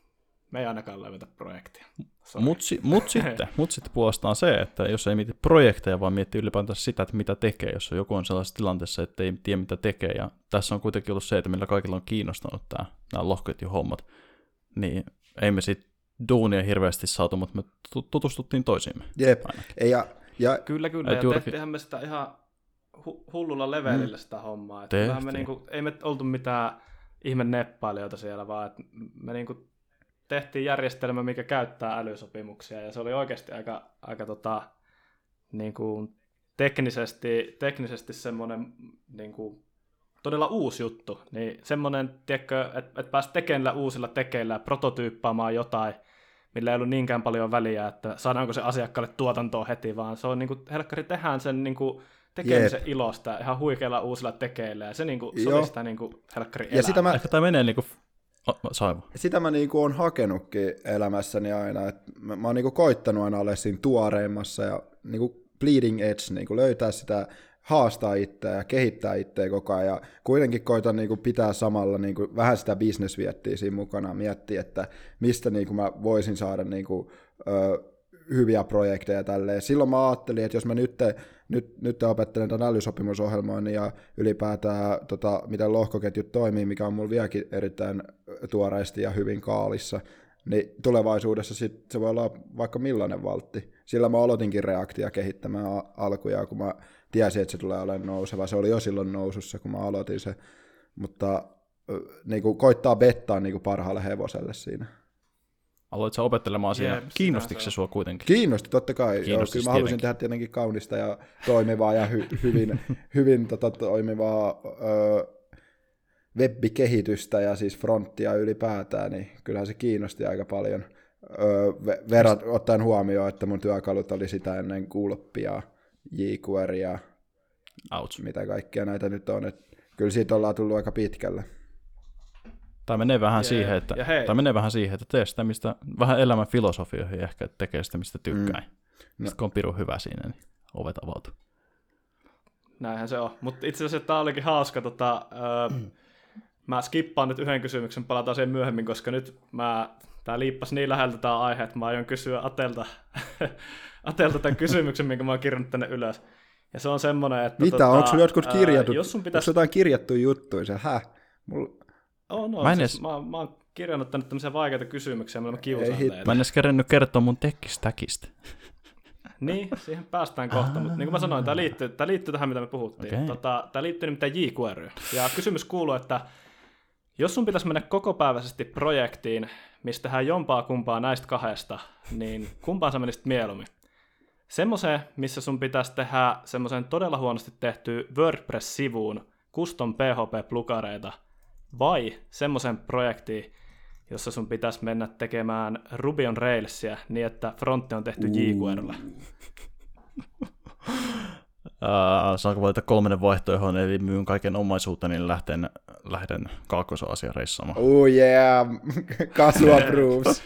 Me ei ainakaan löydetä projektia. Mut sitten puolestaan se, että jos ei mieti projekteja, vaan miettii ylipäätään sitä, että mitä tekee, jos joku on sellaisessa tilanteessa, että ei tiedä mitä tekee, ja tässä on kuitenkin ollut se, että millä kaikilla on kiinnostanut nämä lohkoketjuhommat, niin ei me siitä duunia hirveästi saatu, mutta me tutustuttiin toisiimme. Jep, Kyllä, ja tehtiinhän me sitä ihan hullulla levelillä sitä hommaa. Että me ei me oltu mitään ihme neppailijoita siellä, vaan että me niinku tehtiin järjestelmä, mikä käyttää älysopimuksia, ja se oli oikeasti aika niinku teknisesti semmoinen niinku todella uusi juttu. Niin semmoinen, tiedätkö, että pääsi tekemään uusilla tekeillä ja prototyyppaamaan jotain, millä ei ollut niinkään paljon väliä, että saadaanko se asiakkaalle tuotantoon heti, vaan se on niinku, helkkari tehdään sen niinku tekemisen ilosta ihan huikeilla uusilla tekeillä, ja se, niinku, se oli sitä niinku helkkari elämää. Ehkä tämä menee niinku sitä mä niinku oon hakenutkin elämässäni aina, että mä oon niinku koittanut aina olla siinä tuoreimmassa ja niinku bleeding edge, niinku löytää sitä, haastaa itseä ja kehittää itseä koko ajan, ja kuitenkin koitan niinku pitää samalla niinku vähän sitä business-viettiä siinä mukana, miettiä, että mistä niinku mä voisin saada niinku, hyviä projekteja tälleen. Silloin mä ajattelin, että jos mä nyt opettelen tämän älysopimusohjelmoinnin ja ylipäätään miten lohkoketjut toimii, mikä on mulla vieläkin erittäin tuoreesti ja hyvin kaalissa, niin tulevaisuudessa se voi olla vaikka millainen valtti. Sillä mä aloitinkin Reactia kehittämään alkujaan, kun mä tiesin, että se tulee olemaan nouseva. Se oli jo silloin nousussa, kun mä aloitin se, mutta niin kuin koittaa bettaa niin kuin parhaalle hevoselle siinä. Aloit sä opettelemaan siinä? Kiinnostiko se sua kuitenkin? Kiinnosti, totta kai. Kyllä mä halusin tehdä tietenkin kaunista ja toimivaa ja hyvin toimivaa web-kehitystä ja siis fronttia ylipäätään, niin kyllähän se kiinnosti aika paljon. Ottaen huomioon, että mun työkalut oli sitä ennen Gulpia, jQueryä, mitä kaikkea näitä nyt on. Et kyllä siitä ollaan tullut aika pitkälle. Tai menee vähän siihen, että tee sitä, mistä vähän elämän filosofioihin ehkä, että tekee sitä, mistä tykkää. Sitten kun on pirun hyvä siinä, niin ovet avautuu. Näinhän se on. Mutta itse asiassa tämä olikin hauska. Mä skippaan nyt yhden kysymyksen, palataan siihen myöhemmin, koska nyt tää liippasi niin läheltä tämä aihe, että mä aion kysyä Atelta tämän kysymyksen, minkä mä oon kirjannut tänne ylös. Ja se on semmoinen, että... Mitä? Onko sulla jotkut kirjatut? Onko jotain kirjattuja juttuja? Mä oon kirjannut tänne tämmöisiä vaikeita kysymyksiä, millä mä kiusaan teitä. Mä en edes kerännyt kertoa mun tekkistäkistä. Niin, siihen päästään kohta, mutta niin kuin mä sanoin, tämä liittyy tähän, mitä me puhuttiin. Okay. Tämä liittyy nimittäin jQueryyn. Ja kysymys kuuluu, että jos sun pitäisi mennä kokopäiväisesti projektiin, mistä tehdään jompaa kumpaa näistä kahdesta, niin kumpaan sä menisit mieluummin? Semmoiseen, missä sun pitäisi tehdä semmoisen todella huonosti tehtyä WordPress-sivuun custom PHP-plugareita, vai semmoisen projektiin, jossa sun pitäisi mennä tekemään Ruby on Railsia niin, että frontti on tehty jQueryllä. Saanko valita 3 vaihtoehon, eli myyn kaiken omaisuuteni, niin lähden Kaakkois-Aasiaan reissaamaan. Oh yeah, Kasu approves.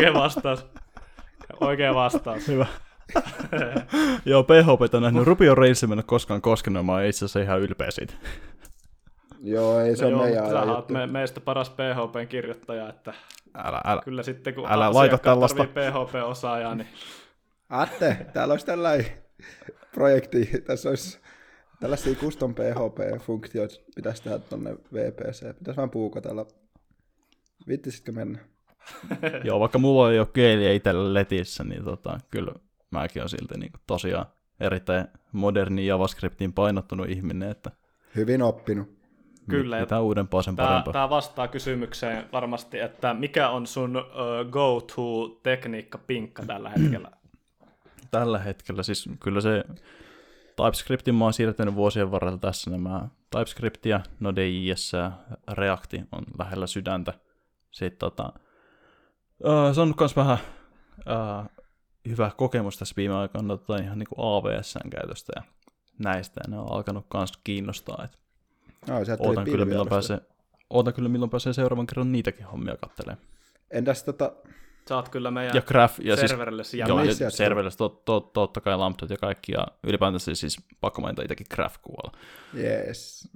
Oikea vastaus. Hyvä. Joo, PHP on nähnyt. Ruby on Rails en koskaan koskenut, mä oon itse asiassa ihan ylpeä siitä. Joo, ei se ole meidän ala juttu. Meistä paras PHPn kirjoittaja, että älä, kyllä sitten kun asiakkaat tarvii PHP-osaajaa, niin... Täällä olisi tällainen projekti, tässä olisi tällaisia custom PHP-funktioita, pitäisi tehdä tuonne VPC. Pitäisi vaan puukotella. Viittisitkö mennä? Joo, vaikka mulla ei ole keeliä itsellä letissä, niin kyllä mäkin olen silti niin tosiaan erittäin moderni JavaScriptiin painottunut ihminen, että... Hyvin oppinut. Kyllä. Mitä uudempaa sen parempaa. Tämä vastaa kysymykseen varmasti, että mikä on sun go-to-tekniikka-pinkka tällä hetkellä? Tällä hetkellä siis kyllä se TypeScriptin mä oon siirtänyt vuosien varrella tässä nämä TypeScriptia, Node.js ja React on lähellä sydäntä. Sitten se on myös vähän hyvä kokemus tässä viime aikoina ihan niin kuin AWS:n käytöstä ja näistä, ja ne on alkanut myös kiinnostaa. Ootan kyllä milloin pääsee seuraavan kerran niitäkin hommia katselemaan. Entäs Sä oot kyllä meidän serverille siis, joo, serverille totta kai Lambdot ja kaikki, ja ylipäätänsä siis pakko mainita itsekin GraphQL. Yes.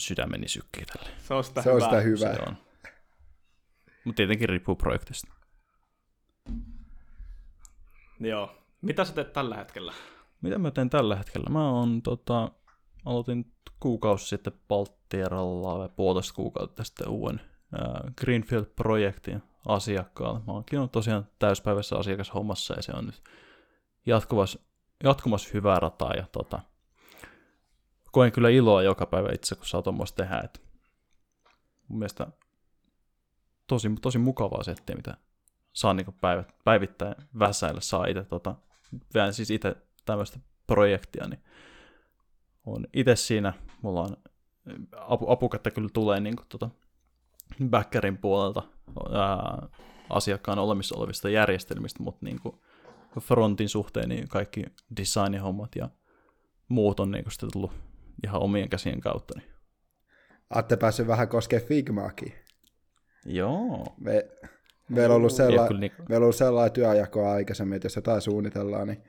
Sydämeni sykkii tälle. Se on sitä hyvää. Mutta tietenkin riippuu projektista. Joo. Mitä sä teet tällä hetkellä? Mitä mä teen tällä hetkellä? Mä aloitin kuukausi sitten Palttieralla ja 1,5 kuukautta sitten uuden Greenfield-projektin asiakkaalle. Mä oonkin tosiaan täyspäivässä asiakashommassa ja se on nyt jatkumassa hyvää rataa ja koen kyllä iloa joka päivä itse, kun saa tuommoista tehdä. Et mun mielestä tosi mukavaa settiä, mitä saa niinku päivittäin väsäillä, saa itse vähän siis itse tämmöistä projektia, niin on itse siinä, mulla on apukättä kyllä tulee niinku backerin puolelta asiakkaan olemassa olevista järjestelmistä, mutta niinku frontin suhteen niin kaikki designihommat ja muut on niinku sitten tullut ihan omien käsien kautta. Niin. Aatte päässyt vähän koskemaan Figmaakin. Joo. Meillä on ollut sellainen työjakoa aikaisemmin, että jos jotain suunnitellaan, niin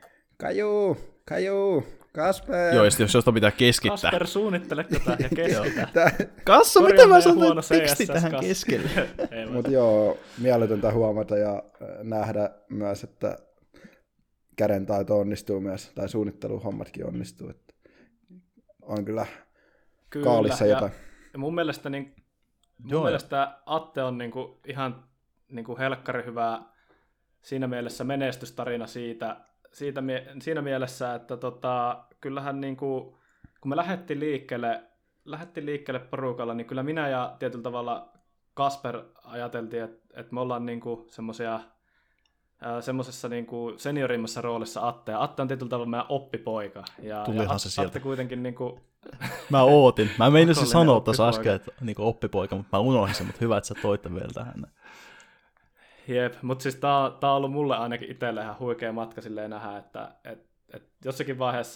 Kaju, Kasper. Joo, jos jostain pitää keskittää. Kasper, suunnittele tätä ja keskitä. Kassa, miten mä saan teksti tähän keskelle? Mutta joo, mieletöntä huomata ja nähdä myös, että kädentaito onnistuu myös, tai suunnitteluhommatkin onnistuu. Että on kyllä kaalissa jotain. Ja mun mielestä, mielestä Atte on ihan helkkari hyvä siinä mielessä menestystarina siinä mielessä, että kyllähän kun me lähdettiin liikkeelle porukalla, niin kyllä minä ja tietyllä tavalla Kasper ajateltiin, että me ollaan semmoisessa seniorimmassa roolissa Atte, ja Atte on tietyllä tavalla meidän oppipoika. Ja se sieltä. Atte kuitenkin Mä ootin. Mä meinasin sanoa tuossa äsken, että oppipoika, mutta mä unohdin sen, mutta hyvä, että sä toit vielä tähän. Jep, mutta siis tää on ollut mulle ainakin itselle ihan huikea matka silleen nähdä, että jossakin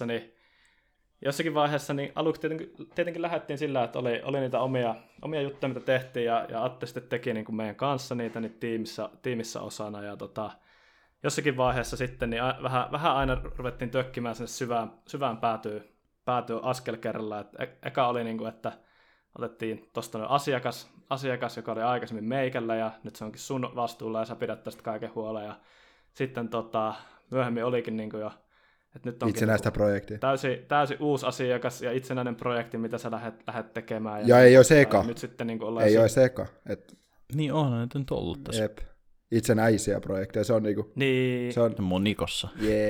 vaiheessa niin aluksi tietenkin lähdettiin sillä, että oli niitä omia juttuja, mitä tehtiin, ja Atte sitten teki niin kuin meidän kanssa niitä niin tiimissä osana, ja jossakin vaiheessa sitten niin vähän aina ruvettiin tökkimään sinne syvään päätyy askel kerralla, että eka oli niin kuin, että otettiin tuosta asiakas, joka oli aikaisemmin meikällä, ja nyt se onkin sun vastuulla, ja sä pidät tästä kaiken huolen, ja sitten myöhemmin olikin niin kuin jo, että nyt onkin itsenäistä projektia. Täysin uusi asiakas ja itsenäinen projekti, mitä sä lähdet tekemään. Ja ei ole se eka. Nyt sitten niin kuin ollaan ei ole se eka. Niin onhan nyt ollut tässä. Jep. Itsenäisiä projekteja, se on niinku. Niin. Se on monikossa.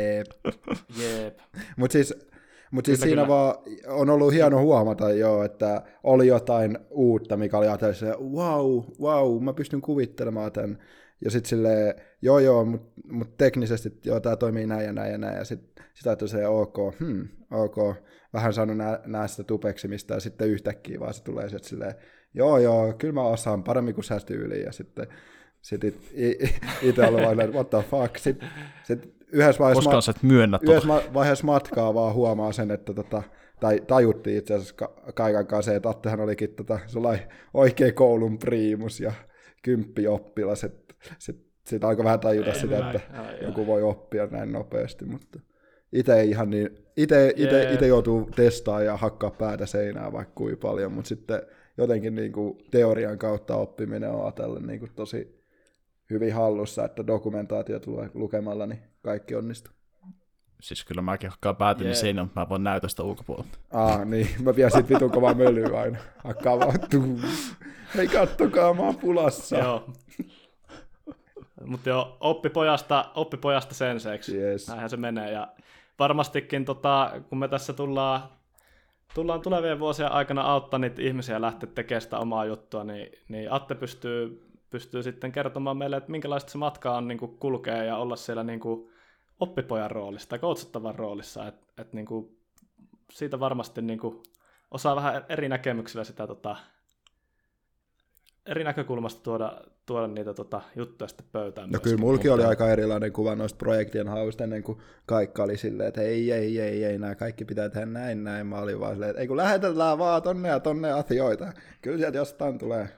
Jep. Mut siis siinä vaan on ollut hieno huomata jo, että oli jotain uutta, mikä oli ajatellut silleen, wow, mä pystyn kuvittelemaan tämän. Ja sitten silleen, joo, mutta teknisesti joo, tää toimii näin ja näin, ja sitten ajattelin se ok, vähän saanut näistä tupeksimista, ja sitten yhtäkkiä vaan se tulee sieltä silleen, joo, kyllä mä osaan paremmin kuin sä tyyliin, ja sitten itse olen vaan, what the fuck, sitten yhdessä vaiheessa matkaa vaan huomaa sen, että tai tajuttiin itse asiassa kaiken kanssa, että Attehan olikin sellainen oikea koulun priimus ja 10 oppilas, että sitten alkoi vähän tajuta sitä, että joku voi oppia näin nopeasti, mutta itse ihan niin, itse joutuu testaamaan ja hakkaa päätä seinään vaikka kuinka paljon, mutta sitten jotenkin niin kuin teorian kautta oppiminen on ajatellen niin kuin tosi hyvin hallussa, että dokumentaatio tulee lukemalla, niin kaikki onnistuu. Siis kyllä mäkin hakkaan päätyni seinään, mutta mä voin näytä sitä ulkopuolelta. Niin, mä vien sit vitun kovaa mölyä aina. Hakkaa vaan hei kattokaa, mä oon pulassa. Joo. Mutta joo, oppipojasta senseeksi. Yes. Näinhän se menee. Ja varmastikin, kun me tässä tullaan tulevien vuosien aikana auttaa niitä ihmisiä lähteä tekemään sitä omaa juttua, niin Atte pystyy sitten kertomaan meille, että minkälaista se matka on niin kuin kulkea ja olla siellä niin kuin oppipojan roolissa tai coachattavan roolissa. Et niin kuin siitä varmasti niin kuin osaa vähän eri näkemyksillä sitä eri näkökulmasta tuoda niitä juttuja sitten pöytään. No kyllä mulki oli aika erilainen kuva noista projektien hausta ennen kuin kaikki oli silleen, että ei, nämä kaikki pitää tehdä näin. Mä olin vaan silleen, että ei kun lähetellään vaan tonne ja tonne asioita. Kyllä sieltä jostain tulee.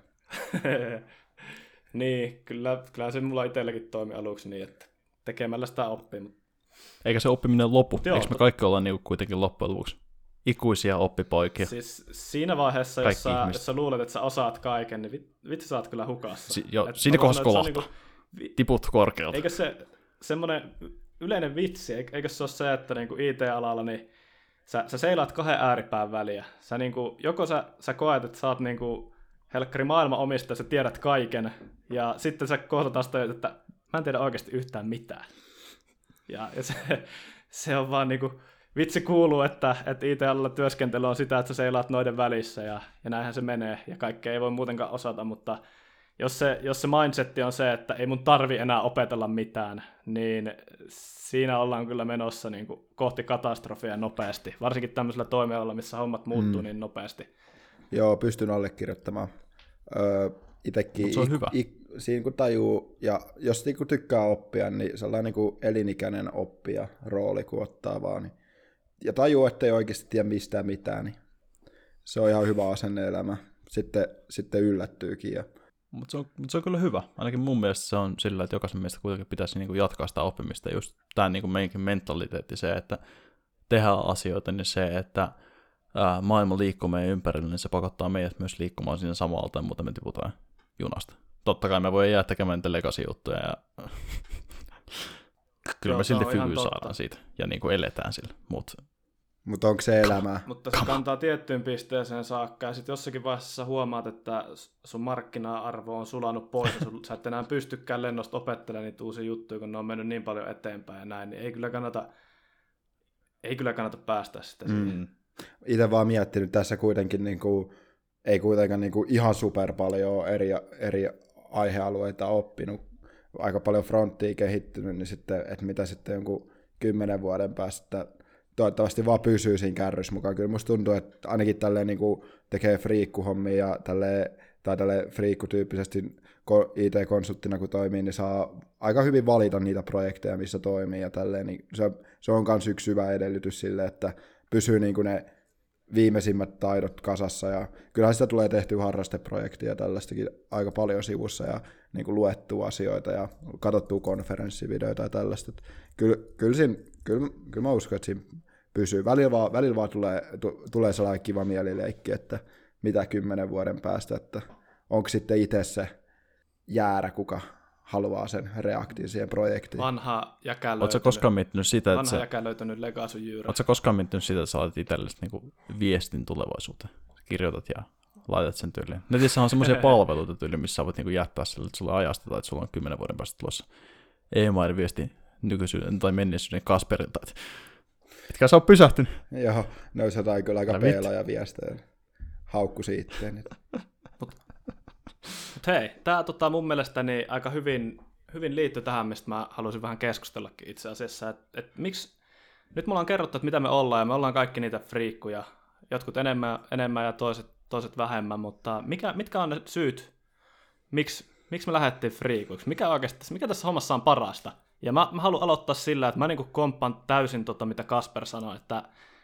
Niin, kyllä se mulla itselläkin toimi aluksi niin, että tekemällä sitä oppii. Eikä se oppiminen lopu. Eikö me kaikki olla niinku kuitenkin loppujen lopuksi ikuisia oppipoikia? Siis siinä vaiheessa, jos sä luulet, että sä osaat kaiken, niin vitsi sä oot kyllä hukassa. Siinä kohdassa kolahtaa. Tiput korkealta. Eikö se semmoinen yleinen vitsi, eikö se ole se, että niinku IT-alalla niin sä seilaat 2 ääripään väliä. Sä niinku, joko sä koet, että sä oot niinku helkkari maailman omistaja, sä tiedät kaiken, ja sitten sä kohdataan sitä, että mä en tiedä oikeasti yhtään mitään. Ja se on vaan niinku, vitsi kuuluu, että IT-alalla työskentely on sitä, että sä seilaat noiden välissä, ja näinhän se menee, ja kaikkea ei voi muutenkaan osata, mutta jos se mindsetti on se, että ei mun tarvi enää opetella mitään, niin siinä ollaan kyllä menossa niin kuin kohti katastrofia nopeasti, varsinkin tämmöisellä toimialalla, missä hommat muuttuu niin nopeasti. Joo, pystyn allekirjoittamaan. Itsekin se on hyvä. Siinä kun tajuu, ja jos niin kun tykkää oppia, niin sellainen niin kuin elinikäinen oppija rooli, kun ottaa vaan. Niin, ja tajuu, että ei oikeasti tiedä mistään mitään, niin se on ihan hyvä asenne-elämä. Sitten yllättyykin. Mutta se on kyllä hyvä. Ainakin mun mielestä se on sillä, että jokaisen meistä kuitenkin pitäisi niinku jatkaa sitä oppimista. Just tämä niinku meidänkin mentaliteetti, se, että tehdään asioita, niin se, että maailma liikkuu meidän ympärillä, niin se pakottaa meidät myös liikkumaan siinä samalla, tai muuten me tiputaan junasta. Totta kai me voi jäädä tekemään niitä legacy-juttuja, ja kyllä me silti fykyyn saadaan siitä, ja niinku eletään sillä. Mutta onko se elämää? Mutta se kantaa tiettyyn pisteeseen saakka, ja sitten jossakin vaiheessa huomaat, että sun markkina-arvo on sulanut pois, ja sä et enää pystykään lennosta opettelemaan niitä uusia juttuja, kun ne on mennyt niin paljon eteenpäin ja näin, niin ei kyllä kannata päästä sitä siihen. Itse vaan miettinyt tässä kuitenkin, ei kuitenkaan ihan super paljon eri aihealueita oppinut, aika paljon fronttia kehittynyt, niin sitten, että mitä sitten jonkun 10 vuoden päästä toivottavasti vaan pysyy siinä kärryssä mukaan. Kyllä musta tuntuu, että ainakin tälleen niin kuin tekee friikkuhommia ja tälleen friikkutyyppisesti IT-konsulttina kun toimii, niin saa aika hyvin valita niitä projekteja, missä toimii ja tälleen. Niin se on myös yksi hyvä edellytys sille, että pysyy niin kuin ne viimeisimmät taidot kasassa. Ja kyllähän sitä tulee tehtyä harrasteprojektia tällaistakin aika paljon sivussa ja niin kuin luettua asioita ja katsottua konferenssivideoita ja tällaista. Kyllä mä uskon, että siinä pysyy. Välillä vaan tulee sellainen kiva mielileikki, että mitä 10 vuoden päästä, että onko sitten itse se jäärä, kuka haluaa sen reaktin siihen projektiin. Vanha jäkälöitynyt. Oletko koskaan miettinyt sitä, että jäkälöitynyt legacy jyyrä. Oletko koskaan miettinyt sitä, että sä laitat itsellesi niinku viestin tulevaisuuteen? Kirjoitat ja laitat sen tyyliin. Netissä on semmoisia palveluita tyyliin, missä voit niinku jättää sille, että sulla ajastetaan, että sulla on 10 vuoden päästä tulossa e-mail-viesti nykyisyyden tai menneisyyden Kasperilta. Etkä sä ole pysähtynyt. Joo, ne olisi jotain kyllä aika peelaaja viestejä. Haukku siitä. Mutta hei, tämä mun mielestäni aika hyvin liittyy tähän, mistä mä haluaisin vähän keskustellakin itse asiassa. Et miksi, nyt me ollaan kerrottu, että mitä me ollaan, ja me ollaan kaikki niitä friikkuja. Jotkut enemmän ja toiset vähemmän, mutta mitkä on ne syyt, miksi me lähdettiin friikuiksi? Mikä tässä hommassa on parasta? Ja mä haluan aloittaa sillä, että mä niinku komppaan täysin mitä Kasper sanoi, että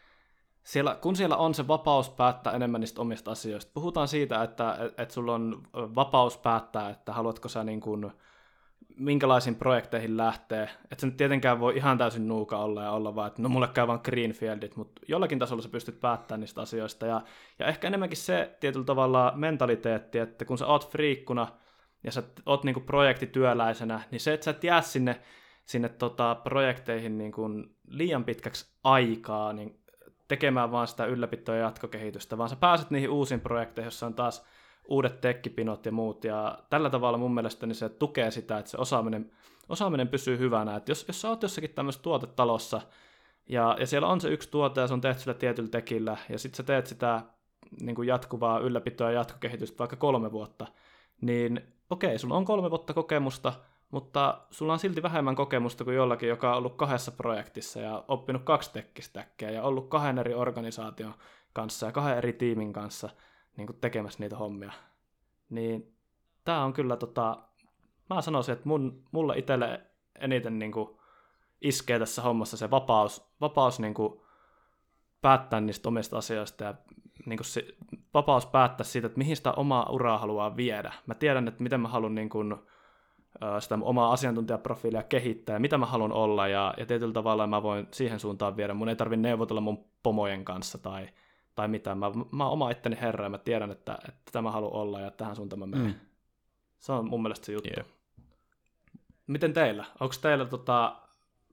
kun siellä on se vapaus päättää enemmän niistä omista asioista. Puhutaan siitä, että sulla on vapaus päättää, että haluatko sä niin kuin, minkälaisiin projekteihin lähtee. Että se nyt tietenkään voi ihan täysin nuuka olla ja olla vaan, että no mulle käy vaan greenfieldit, mutta jollakin tasolla sä pystyt päättämään niistä asioista. Ja ehkä enemmänkin se tietyllä tavalla mentaliteetti, että kun sä oot friikkuna ja sä oot niin kuin projektityöläisenä, niin se, että sä et jää sinne projekteihin niin kuin liian pitkäksi aikaa, niin tekemään vaan sitä ylläpitoa ja jatkokehitystä, vaan sä pääset niihin uusiin projekteihin, jossa on taas uudet tekkipinot ja muut, ja tällä tavalla mun mielestäni se tukee sitä, että se osaaminen pysyy hyvänä, että jos sä oot jossakin tämmöisessä tuotetalossa, ja siellä on se yksi tuote, ja se on tehty sillä tietyllä tekillä, ja sit sä teet sitä niin kuin jatkuvaa ylläpitoa ja jatkokehitystä vaikka 3 vuotta, niin okei, sulla on 3 vuotta kokemusta, mutta sulla on silti vähemmän kokemusta kuin jollakin, joka on ollut 2 projektissa ja oppinut 2 tekkistäkkiä ja ollut 2 eri organisaation kanssa ja 2 eri tiimin kanssa niin kuin tekemässä niitä hommia. Niin tää on kyllä mä sanoisin, että mulle itselle eniten niin kuin iskee tässä hommassa se vapaus niin kuin päättää niistä omista asioista ja niin kuin se vapaus päättää siitä, että mihin sitä omaa uraa haluaa viedä. Mä tiedän, että miten mä haluan niin kuin sitä omaa asiantuntijaprofiilia kehittää ja mitä mä haluan olla ja tietyllä tavalla mä voin siihen suuntaan viedä. Mun ei tarvitse neuvotella mun pomojen kanssa tai mitään. Mä oon oma itteni herra ja mä tiedän, että tämä haluan olla ja tähän suuntaan mä menen. Se on mun mielestä se juttu. Yeah. Miten teillä? Onko teillä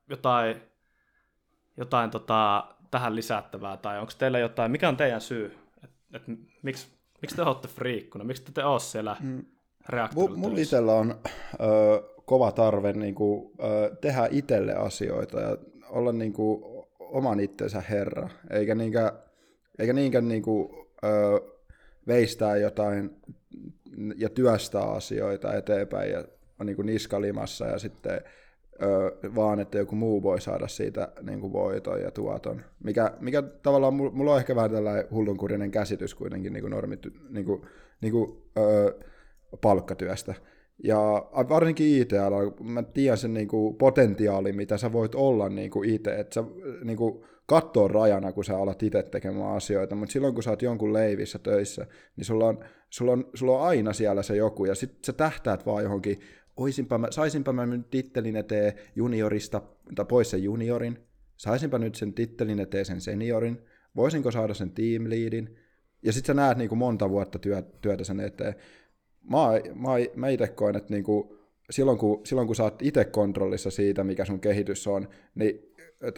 jotain tähän lisättävää, tai onko teillä jotain, mikä on teidän syy, että miksi te olette friikkuna, miksi te ole siellä reaktorilla? Mulla itsellä on kova tarve niinku, tehdä itselle asioita ja olla niinku, oman itsensä herra, eikä niinkään niinku, veistää jotain ja työstää asioita eteenpäin ja on niinku niskalimassa ja sitten vaan, että joku muu voi saada siitä niinku voiton ja tuoton. Mikä tavallaan mulla on ehkä vähän tällainen hullunkurinen käsitys kuitenkin palkkatyöstä. Ja varsinkin IT-alalla, mä tiedän sen niinku potentiaalin, mitä sä voit olla niinku IT, että sä niinku kattoo rajana, kun sä alat itse tekemään asioita, mutta silloin kun sä oot jonkun leivissä töissä, niin sulla on aina siellä se joku, ja sit sä tähtäät vaan johonkin, saisinpa mä nyt tittelin eteen juniorista, tai pois sen juniorin, saisinpa nyt sen tittelin eteen sen seniorin, voisinko saada sen team leadin, ja sit sä näet niinku monta vuotta työtä sen eteen. Mä itse koen, että niinku, silloin kun sä oot itse kontrollissa siitä, mikä sun kehitys on, niin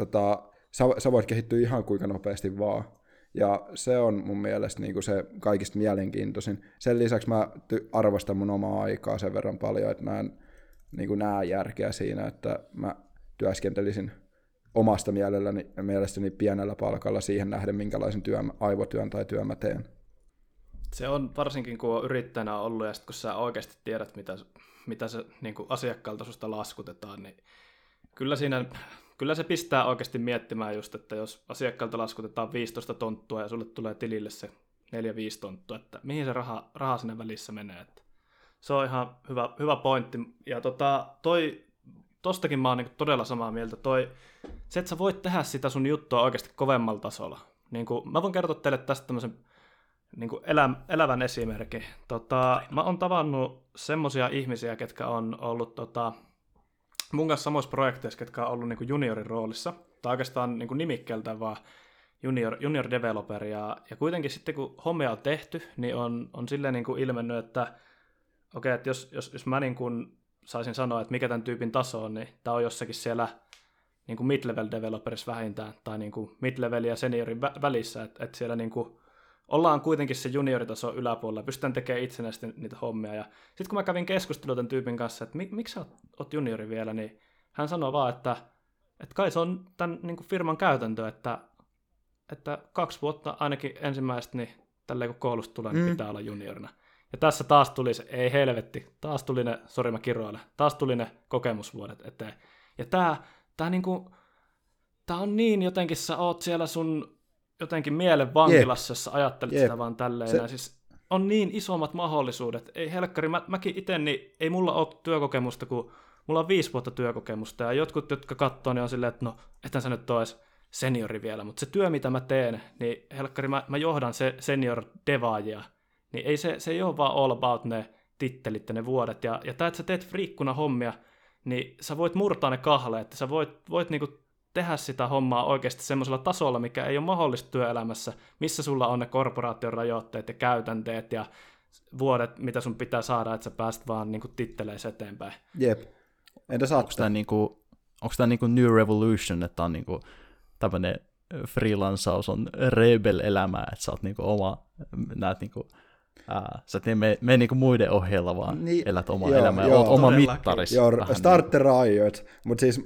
sä voit kehittyä ihan kuinka nopeasti vaan. Ja se on mun mielestä niinku se kaikista mielenkiintoisin. Sen lisäksi mä arvostan mun omaa aikaa sen verran paljon, että mä en niinku näe järkeä siinä, että mä työskentelisin omasta mielestäni pienellä palkalla siihen nähden, minkälaisen aivotyön tai työn mä teen. Se on varsinkin, kun on yrittäjänä ollut ja sitten kun sä oikeasti tiedät, mitä se niin kuin asiakkaalta susta laskutetaan, niin kyllä se pistää oikeasti miettimään just, että jos asiakkaalta laskutetaan 15 tonttua ja sulle tulee tilille se 4-5 tonttua, että mihin se raha sinne välissä menee. Että se on ihan hyvä pointti. Ja tostakin mä oon niin todella samaa mieltä. Se, että sä voit tehdä sitä sun juttua oikeasti kovemmalla tasolla. Niin kuin, mä voin kertoa teille tästä tämmöisen niin kuin elävän esimerkin. Mä oon tavannut semmosia ihmisiä, ketkä on ollut mun kanssa samoissa projekteissa, ketkä on ollut niin kuin juniorin roolissa, tai oikeastaan niin kuin nimikkeeltään vaan junior developer, ja kuitenkin sitten kun hommia on tehty, niin on silleen niin kuin ilmennyt, että okei, että jos mä niin kuin saisin sanoa, että mikä tämän tyypin taso on, niin tämä on jossakin siellä niin kuin mid-level developerissa vähintään, tai niin kuin mid-level ja seniorin välissä, että siellä niin kuin ollaan kuitenkin se junioritaso yläpuolella, pystytään tekemään itsenäisesti niitä hommia. Ja sitten kun mä kävin keskustelua tämän tyypin kanssa, että miksi sä oot juniori vielä, niin hän sanoi vaan, että kai se on tämän niin kuin firman käytäntö, että 2 vuotta ainakin ensimmäistä, niin tälleen kun koulusta tulee, niin pitää olla juniorina. Ja tässä taas tuli se, ei helvetti, taas tuli ne, sori mä kiroilen, taas tuli ne kokemusvuodet eteen. Ja tää niinku, tää on niin jotenkin, sä oot siellä sun jotenkin mielen vankilassa, jos sä ajattelet sitä vaan tälleen. Siis on niin isommat mahdollisuudet. Ei helkkari, mäkin itse, niin ei mulla ole työkokemusta, kun mulla on 5 vuotta työkokemusta, ja jotkut, jotka katsoo, niin on silleen, että no, ethän sä nyt ole edes seniori vielä, mutta se työ, mitä mä teen, niin helkkari, mä johdan se senior devaajia, niin se ei ole vaan all about ne tittelit ja ne vuodet, ja tää, että sä teet friikkuna hommia, niin sä voit murtaa ne kahleet, että sä voit niinku tehdä sitä hommaa oikeasti semmoisella tasolla, mikä ei ole mahdollista työelämässä, missä sulla on ne korporaation rajoitteet ja käytänteet ja vuodet, mitä sun pitää saada, että sä pääst vaan niinku titteleis eteenpäin. Jep. Entä onko tämä niinku New Revolution, että on niinku tämmöinen freelansaus on rebel-elämää, että sä oot niinku näet niinku sä et mene niinku muiden ohjeella, vaan elät omaa elämää ja oot oma mittarissa. Joo, start the riot. Mutta siis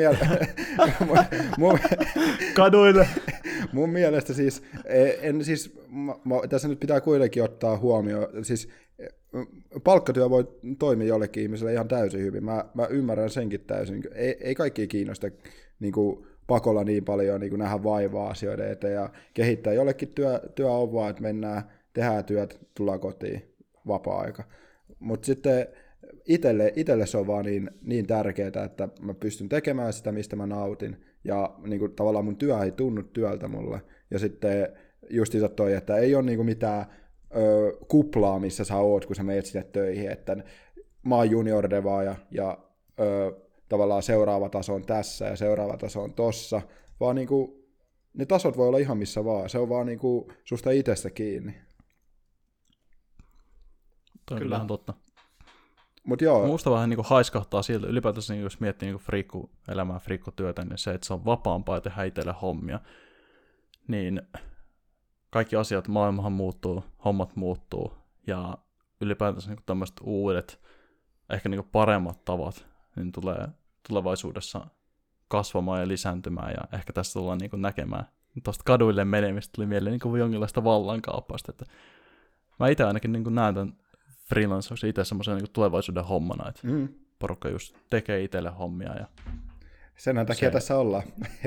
Kaduille! Mun mielestä siis, tässä nyt pitää kuitenkin ottaa huomioon, siis palkkatyö voi toimia jollekin ihmiselle ihan täysin hyvin. Mä ymmärrän senkin täysin. Ei kaikki kiinnosta niinku pakolla niin paljon niinku nähdä vaivaa asioiden eteen ja kehittää. Jollekin työ on vaan, että mennään, tehdään työt, tullaan kotiin, vapaa-aika. Mutta sitten itselle se on vaan niin tärkeää, että mä pystyn tekemään sitä, mistä mä nautin. Ja niinku, tavallaan mun työ ei tunnu työltä mulle. Ja sitten justiinsa toi, että ei ole niinku mitään kuplaa, missä sä oot, kun sä menet sinne töihin. Että mä oon junior-devaaja ja tavallaan seuraava taso on tässä ja seuraava taso on tossa. Vaan niinku, ne tasot voi olla ihan missä vaan. Se on vaan niinku susta itsestä kiinni. Toi on ihan totta. Mut joo. Musta vähän niin kuin haiskahtaa siltä, ylipäätänsä niin jos miettii niin friikkuelämää, friikkutyötä, niin se, että se on vapaampaa ja tehdä itselle hommia, niin kaikki asiat, maailmahan muuttuu, hommat muuttuu, ja ylipäätänsä niin tämmöiset uudet, ehkä niin paremmat tavat, niin tulee tulevaisuudessa kasvamaan ja lisääntymään, ja ehkä tässä tullaan niin näkemään. Tuosta kaduille menemistä tuli mieleen niin jonkinlaista vallankaappausta, että mä itse ainakin niin näen tämän freelanceuksen itse semmoisen niin tulevaisuuden hommana, että porukka just tekee itselle hommia. Ja sen takia tässä ollaan.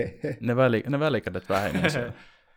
ne välikädet vähenee siellä.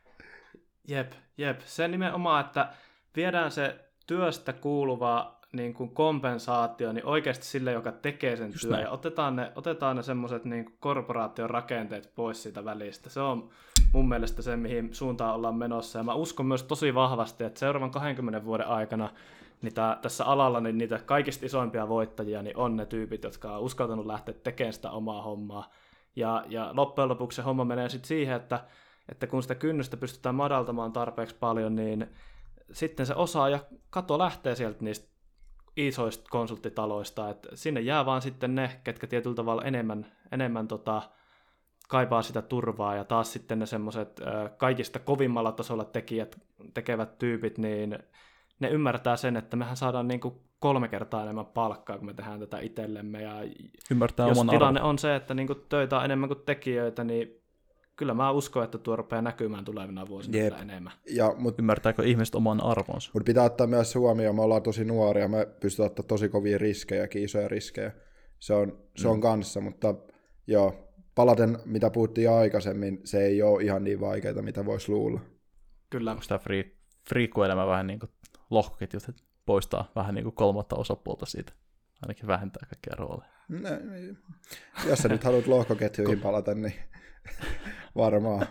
Jep. Se nimenomaan, että viedään se työstä kuuluva niin kuin kompensaatio niin oikeasti sille, joka tekee sen just työn, näin. Ja otetaan ne semmoiset niin kuin korporaation rakenteet pois siitä välistä. Se on mun mielestä se, mihin suuntaan ollaan menossa, ja mä uskon myös tosi vahvasti, että seuraavan 20 vuoden aikana tässä alalla niin niitä kaikista isoimpia voittajia niin on ne tyypit, jotka on uskaltanut lähteä tekemään sitä omaa hommaa, ja loppujen lopuksi se homma menee sitten siihen, että kun sitä kynnystä pystytään madaltamaan tarpeeksi paljon, niin sitten se osaaja kato lähtee sieltä niistä isoista konsulttitaloista, että sinne jää vaan sitten ne, ketkä tietyllä tavalla enemmän kaipaa sitä turvaa, ja taas sitten ne semmoiset kaikista kovimmalla tasolla tekevät tyypit, niin ne ymmärtää sen, että mehän saadaan niinku 3 kertaa enemmän palkkaa, kun me tehdään tätä itsellemme, ja ymmärtää jos tilanne arvo. on se, että niinku töitä on enemmän kuin tekijöitä, niin kyllä mä uskon, että tuo rupeaa näkymään tulevina vuosina enemmän. Ymmärtääkö ihmiset oman arvonsa? Mutta pitää ottaa myös huomioon, me ollaan tosi nuoria, me pystytään ottaa tosi kovia riskejäkin, isoja riskejä. Se on kanssa, mutta joo, palaten mitä puhuttiin aikaisemmin, se ei ole ihan niin vaikeaa, mitä voisi luulla. Kyllä. Onko tämä friikkuelämä vähän niin kuin lohkoketjut, että poistaa vähän niin kuin kolmatta osapuolta siitä, ainakin vähentää kaikkia rooleja? No, jos sä nyt haluat lohkoketjuihin palata, niin varmaan.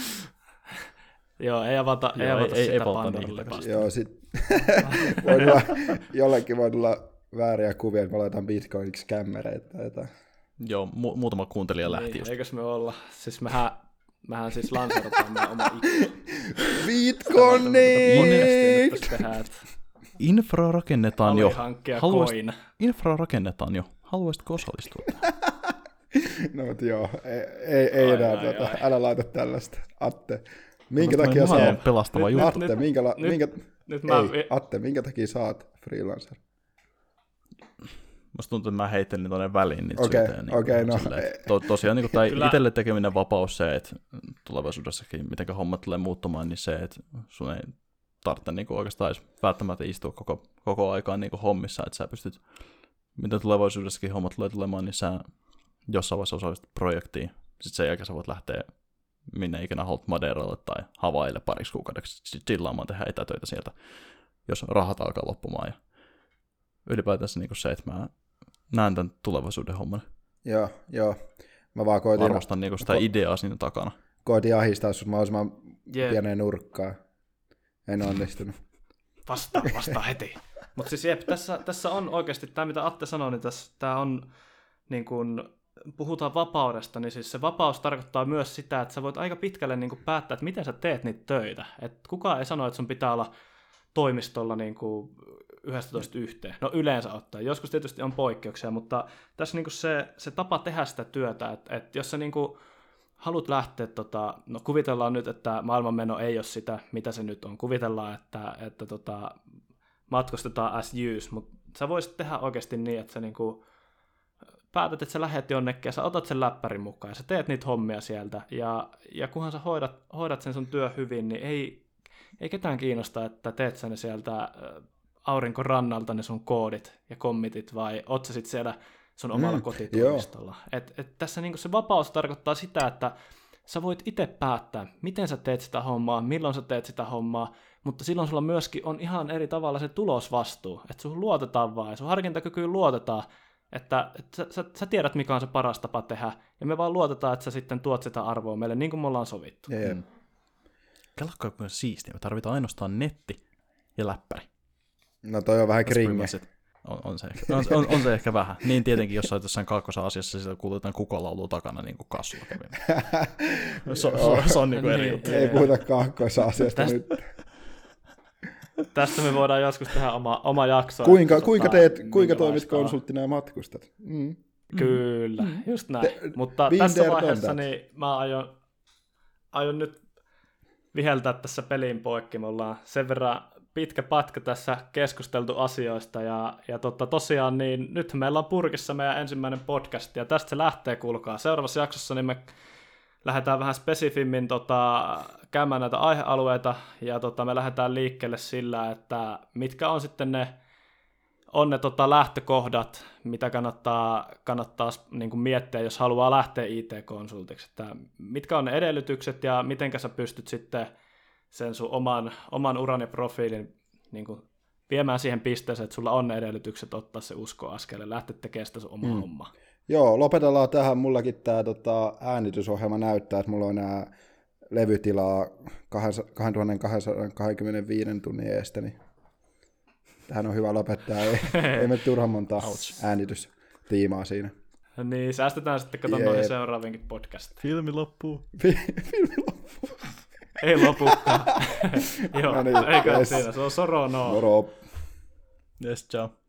Joo, ei avata sitä Pandoralle vasta. Joo, jollekin voi tulla vääriä kuvia, että me laitetaan Bitcoin-skämmereitä tai jotain. Joo, muutama kuuntelija lähti niin, just. Eikös me olla? Siis mehän siis lanseerataan meidän oma Bitcoinit! Infra rakennetaan jo. Infra rakennetaan jo. Haluaisitko osallistua? No mutta joo, ei enää, älä laita tällaista. Atte, minkä takia sä oot? Pelastava juttu. Atte, minkä takia sä oot freelancer? Musta tuntuu, että mä heittelin tuonne väliin niitä Okei, no. Tosiaan niin tämä itselle tekeminen vapaus se, että tulevaisuudessakin miten hommat tulee muuttumaan, niin se, että sun ei tarvitse niin oikeastaan edes välttämättä istua koko aikaan niin hommissa, että sä pystyt, miten tulevaisuudessakin hommat tulee tulemaan, niin sä jossain vaiheessa osallistut projektiin, sitten sen jälkeen sä voit lähteä minne ikinä haluat Madeiralle tai Havaille pariksi kuukaudeksi chillaamaan, tehdä etätöitä sieltä, jos rahat alkaa loppumaan. Ja ylipäätänsä niin se, että mä näen tämän tulevaisuuden homman. Joo. Mä vaan koitin... Arvostan niin sitä ideaa siinä takana. Koitin ahistaa sut mahdollisimman pieneen nurkkaan. En onnistunut. Vastaa heti. Mutta siis tässä on oikeasti, tämä mitä Atte sanoi, niin tämä on, niin kun puhutaan vapaudesta, niin siis se vapaus tarkoittaa myös sitä, että sä voit aika pitkälle niin kun päättää, että miten sä teet niitä töitä. Et kukaan ei sano, että sun pitää olla toimistolla niin kuin 11:1. No yleensä ottaen. Joskus tietysti on poikkeuksia, mutta tässä niin kuin se tapa tehdä sitä työtä, että jos sä niin kuin haluat lähteä, no kuvitellaan nyt, että maailmanmeno ei ole sitä, mitä se nyt on. Kuvitellaan, että matkustetaan as use, mutta sä voisit tehdä oikeasti niin, että sä niin kuin päätät, että sä lähdet jonnekin ja sä otat sen läppärin mukaan ja sä teet niitä hommia sieltä. Ja kunhan sä hoidat sen sun työ hyvin, niin ei ketään kiinnosta, että teet sä ne sieltä aurinkorannalta ne sun koodit ja commitit, vai oot sä sit siellä sun omalla kotitoimistolla. Tässä niinku se vapaus tarkoittaa sitä, että sä voit itse päättää, miten sä teet sitä hommaa, milloin sä teet sitä hommaa, mutta silloin sulla myöskin on ihan eri tavalla se tulosvastuu, että sun luotetaan vaan, ja sun harkintakykyyn luotetaan, että sä tiedät, mikä on se paras tapa tehdä, ja me vaan luotetaan, että sä sitten tuot sitä arvoa meille, niin kuin me ollaan sovittu. Kelakkaa kuin siistiä, me tarvitaan ainoastaan netti ja läppäri. No toi on vähän kringe. On se ehkä vähän. Niin tietenkin, jos olet jossain Kaakkois-Aasiassa, sitä kuulutetaan kukolaulua takana niin kuin kassulla. Se on niin kuin eri juttu. Ei puhuta Kaakkois-Aasiasta nyt. Tästä me voidaan joskus tehdä oma jakso. Kuinka toimit konsulttina ja matkustat? Kyllä, just näin. Mutta tässä vaiheessa niin mä aion nyt viheltää tässä pelin poikki. Me ollaan sen verran pitkä pätkä tässä keskusteltu asioista. Ja tosiaan niin nyt meillä on purkissa meidän ensimmäinen podcast. Ja tästä se lähtee, kuulkaa. Seuraavassa jaksossa niin me lähdetään vähän spesifimmin käymään näitä aihealueita. Ja me lähdetään liikkeelle sillä, että mitkä on sitten ne lähtökohdat, mitä kannattaa niin kuin miettiä, jos haluaa lähteä IT-konsultiksi. Että mitkä on ne edellytykset ja miten sä pystyt sitten sen sun oman uran ja profiilin niin kuin viemään siihen pisteeseen, että sulla on ne edellytykset ottaa se uskoaskel ja lähteä tekemään sitä sun omaa hommaa. Joo, lopetellaan tähän. Mullakin tämä äänitysohjelma näyttää, että mulla on nämä levytilaa 2225 tunnin eestä, niin tähän on hyvä lopettaa, ei me turhan monta äänitystiimaa siinä. Niin, säästetään sitten, noihin seuraaviinkin podcastiin. Filmi loppuu. Ei lopukaan. Joo, no niin, eikä siinä, se on Soro no. Moro. Yes, ciao.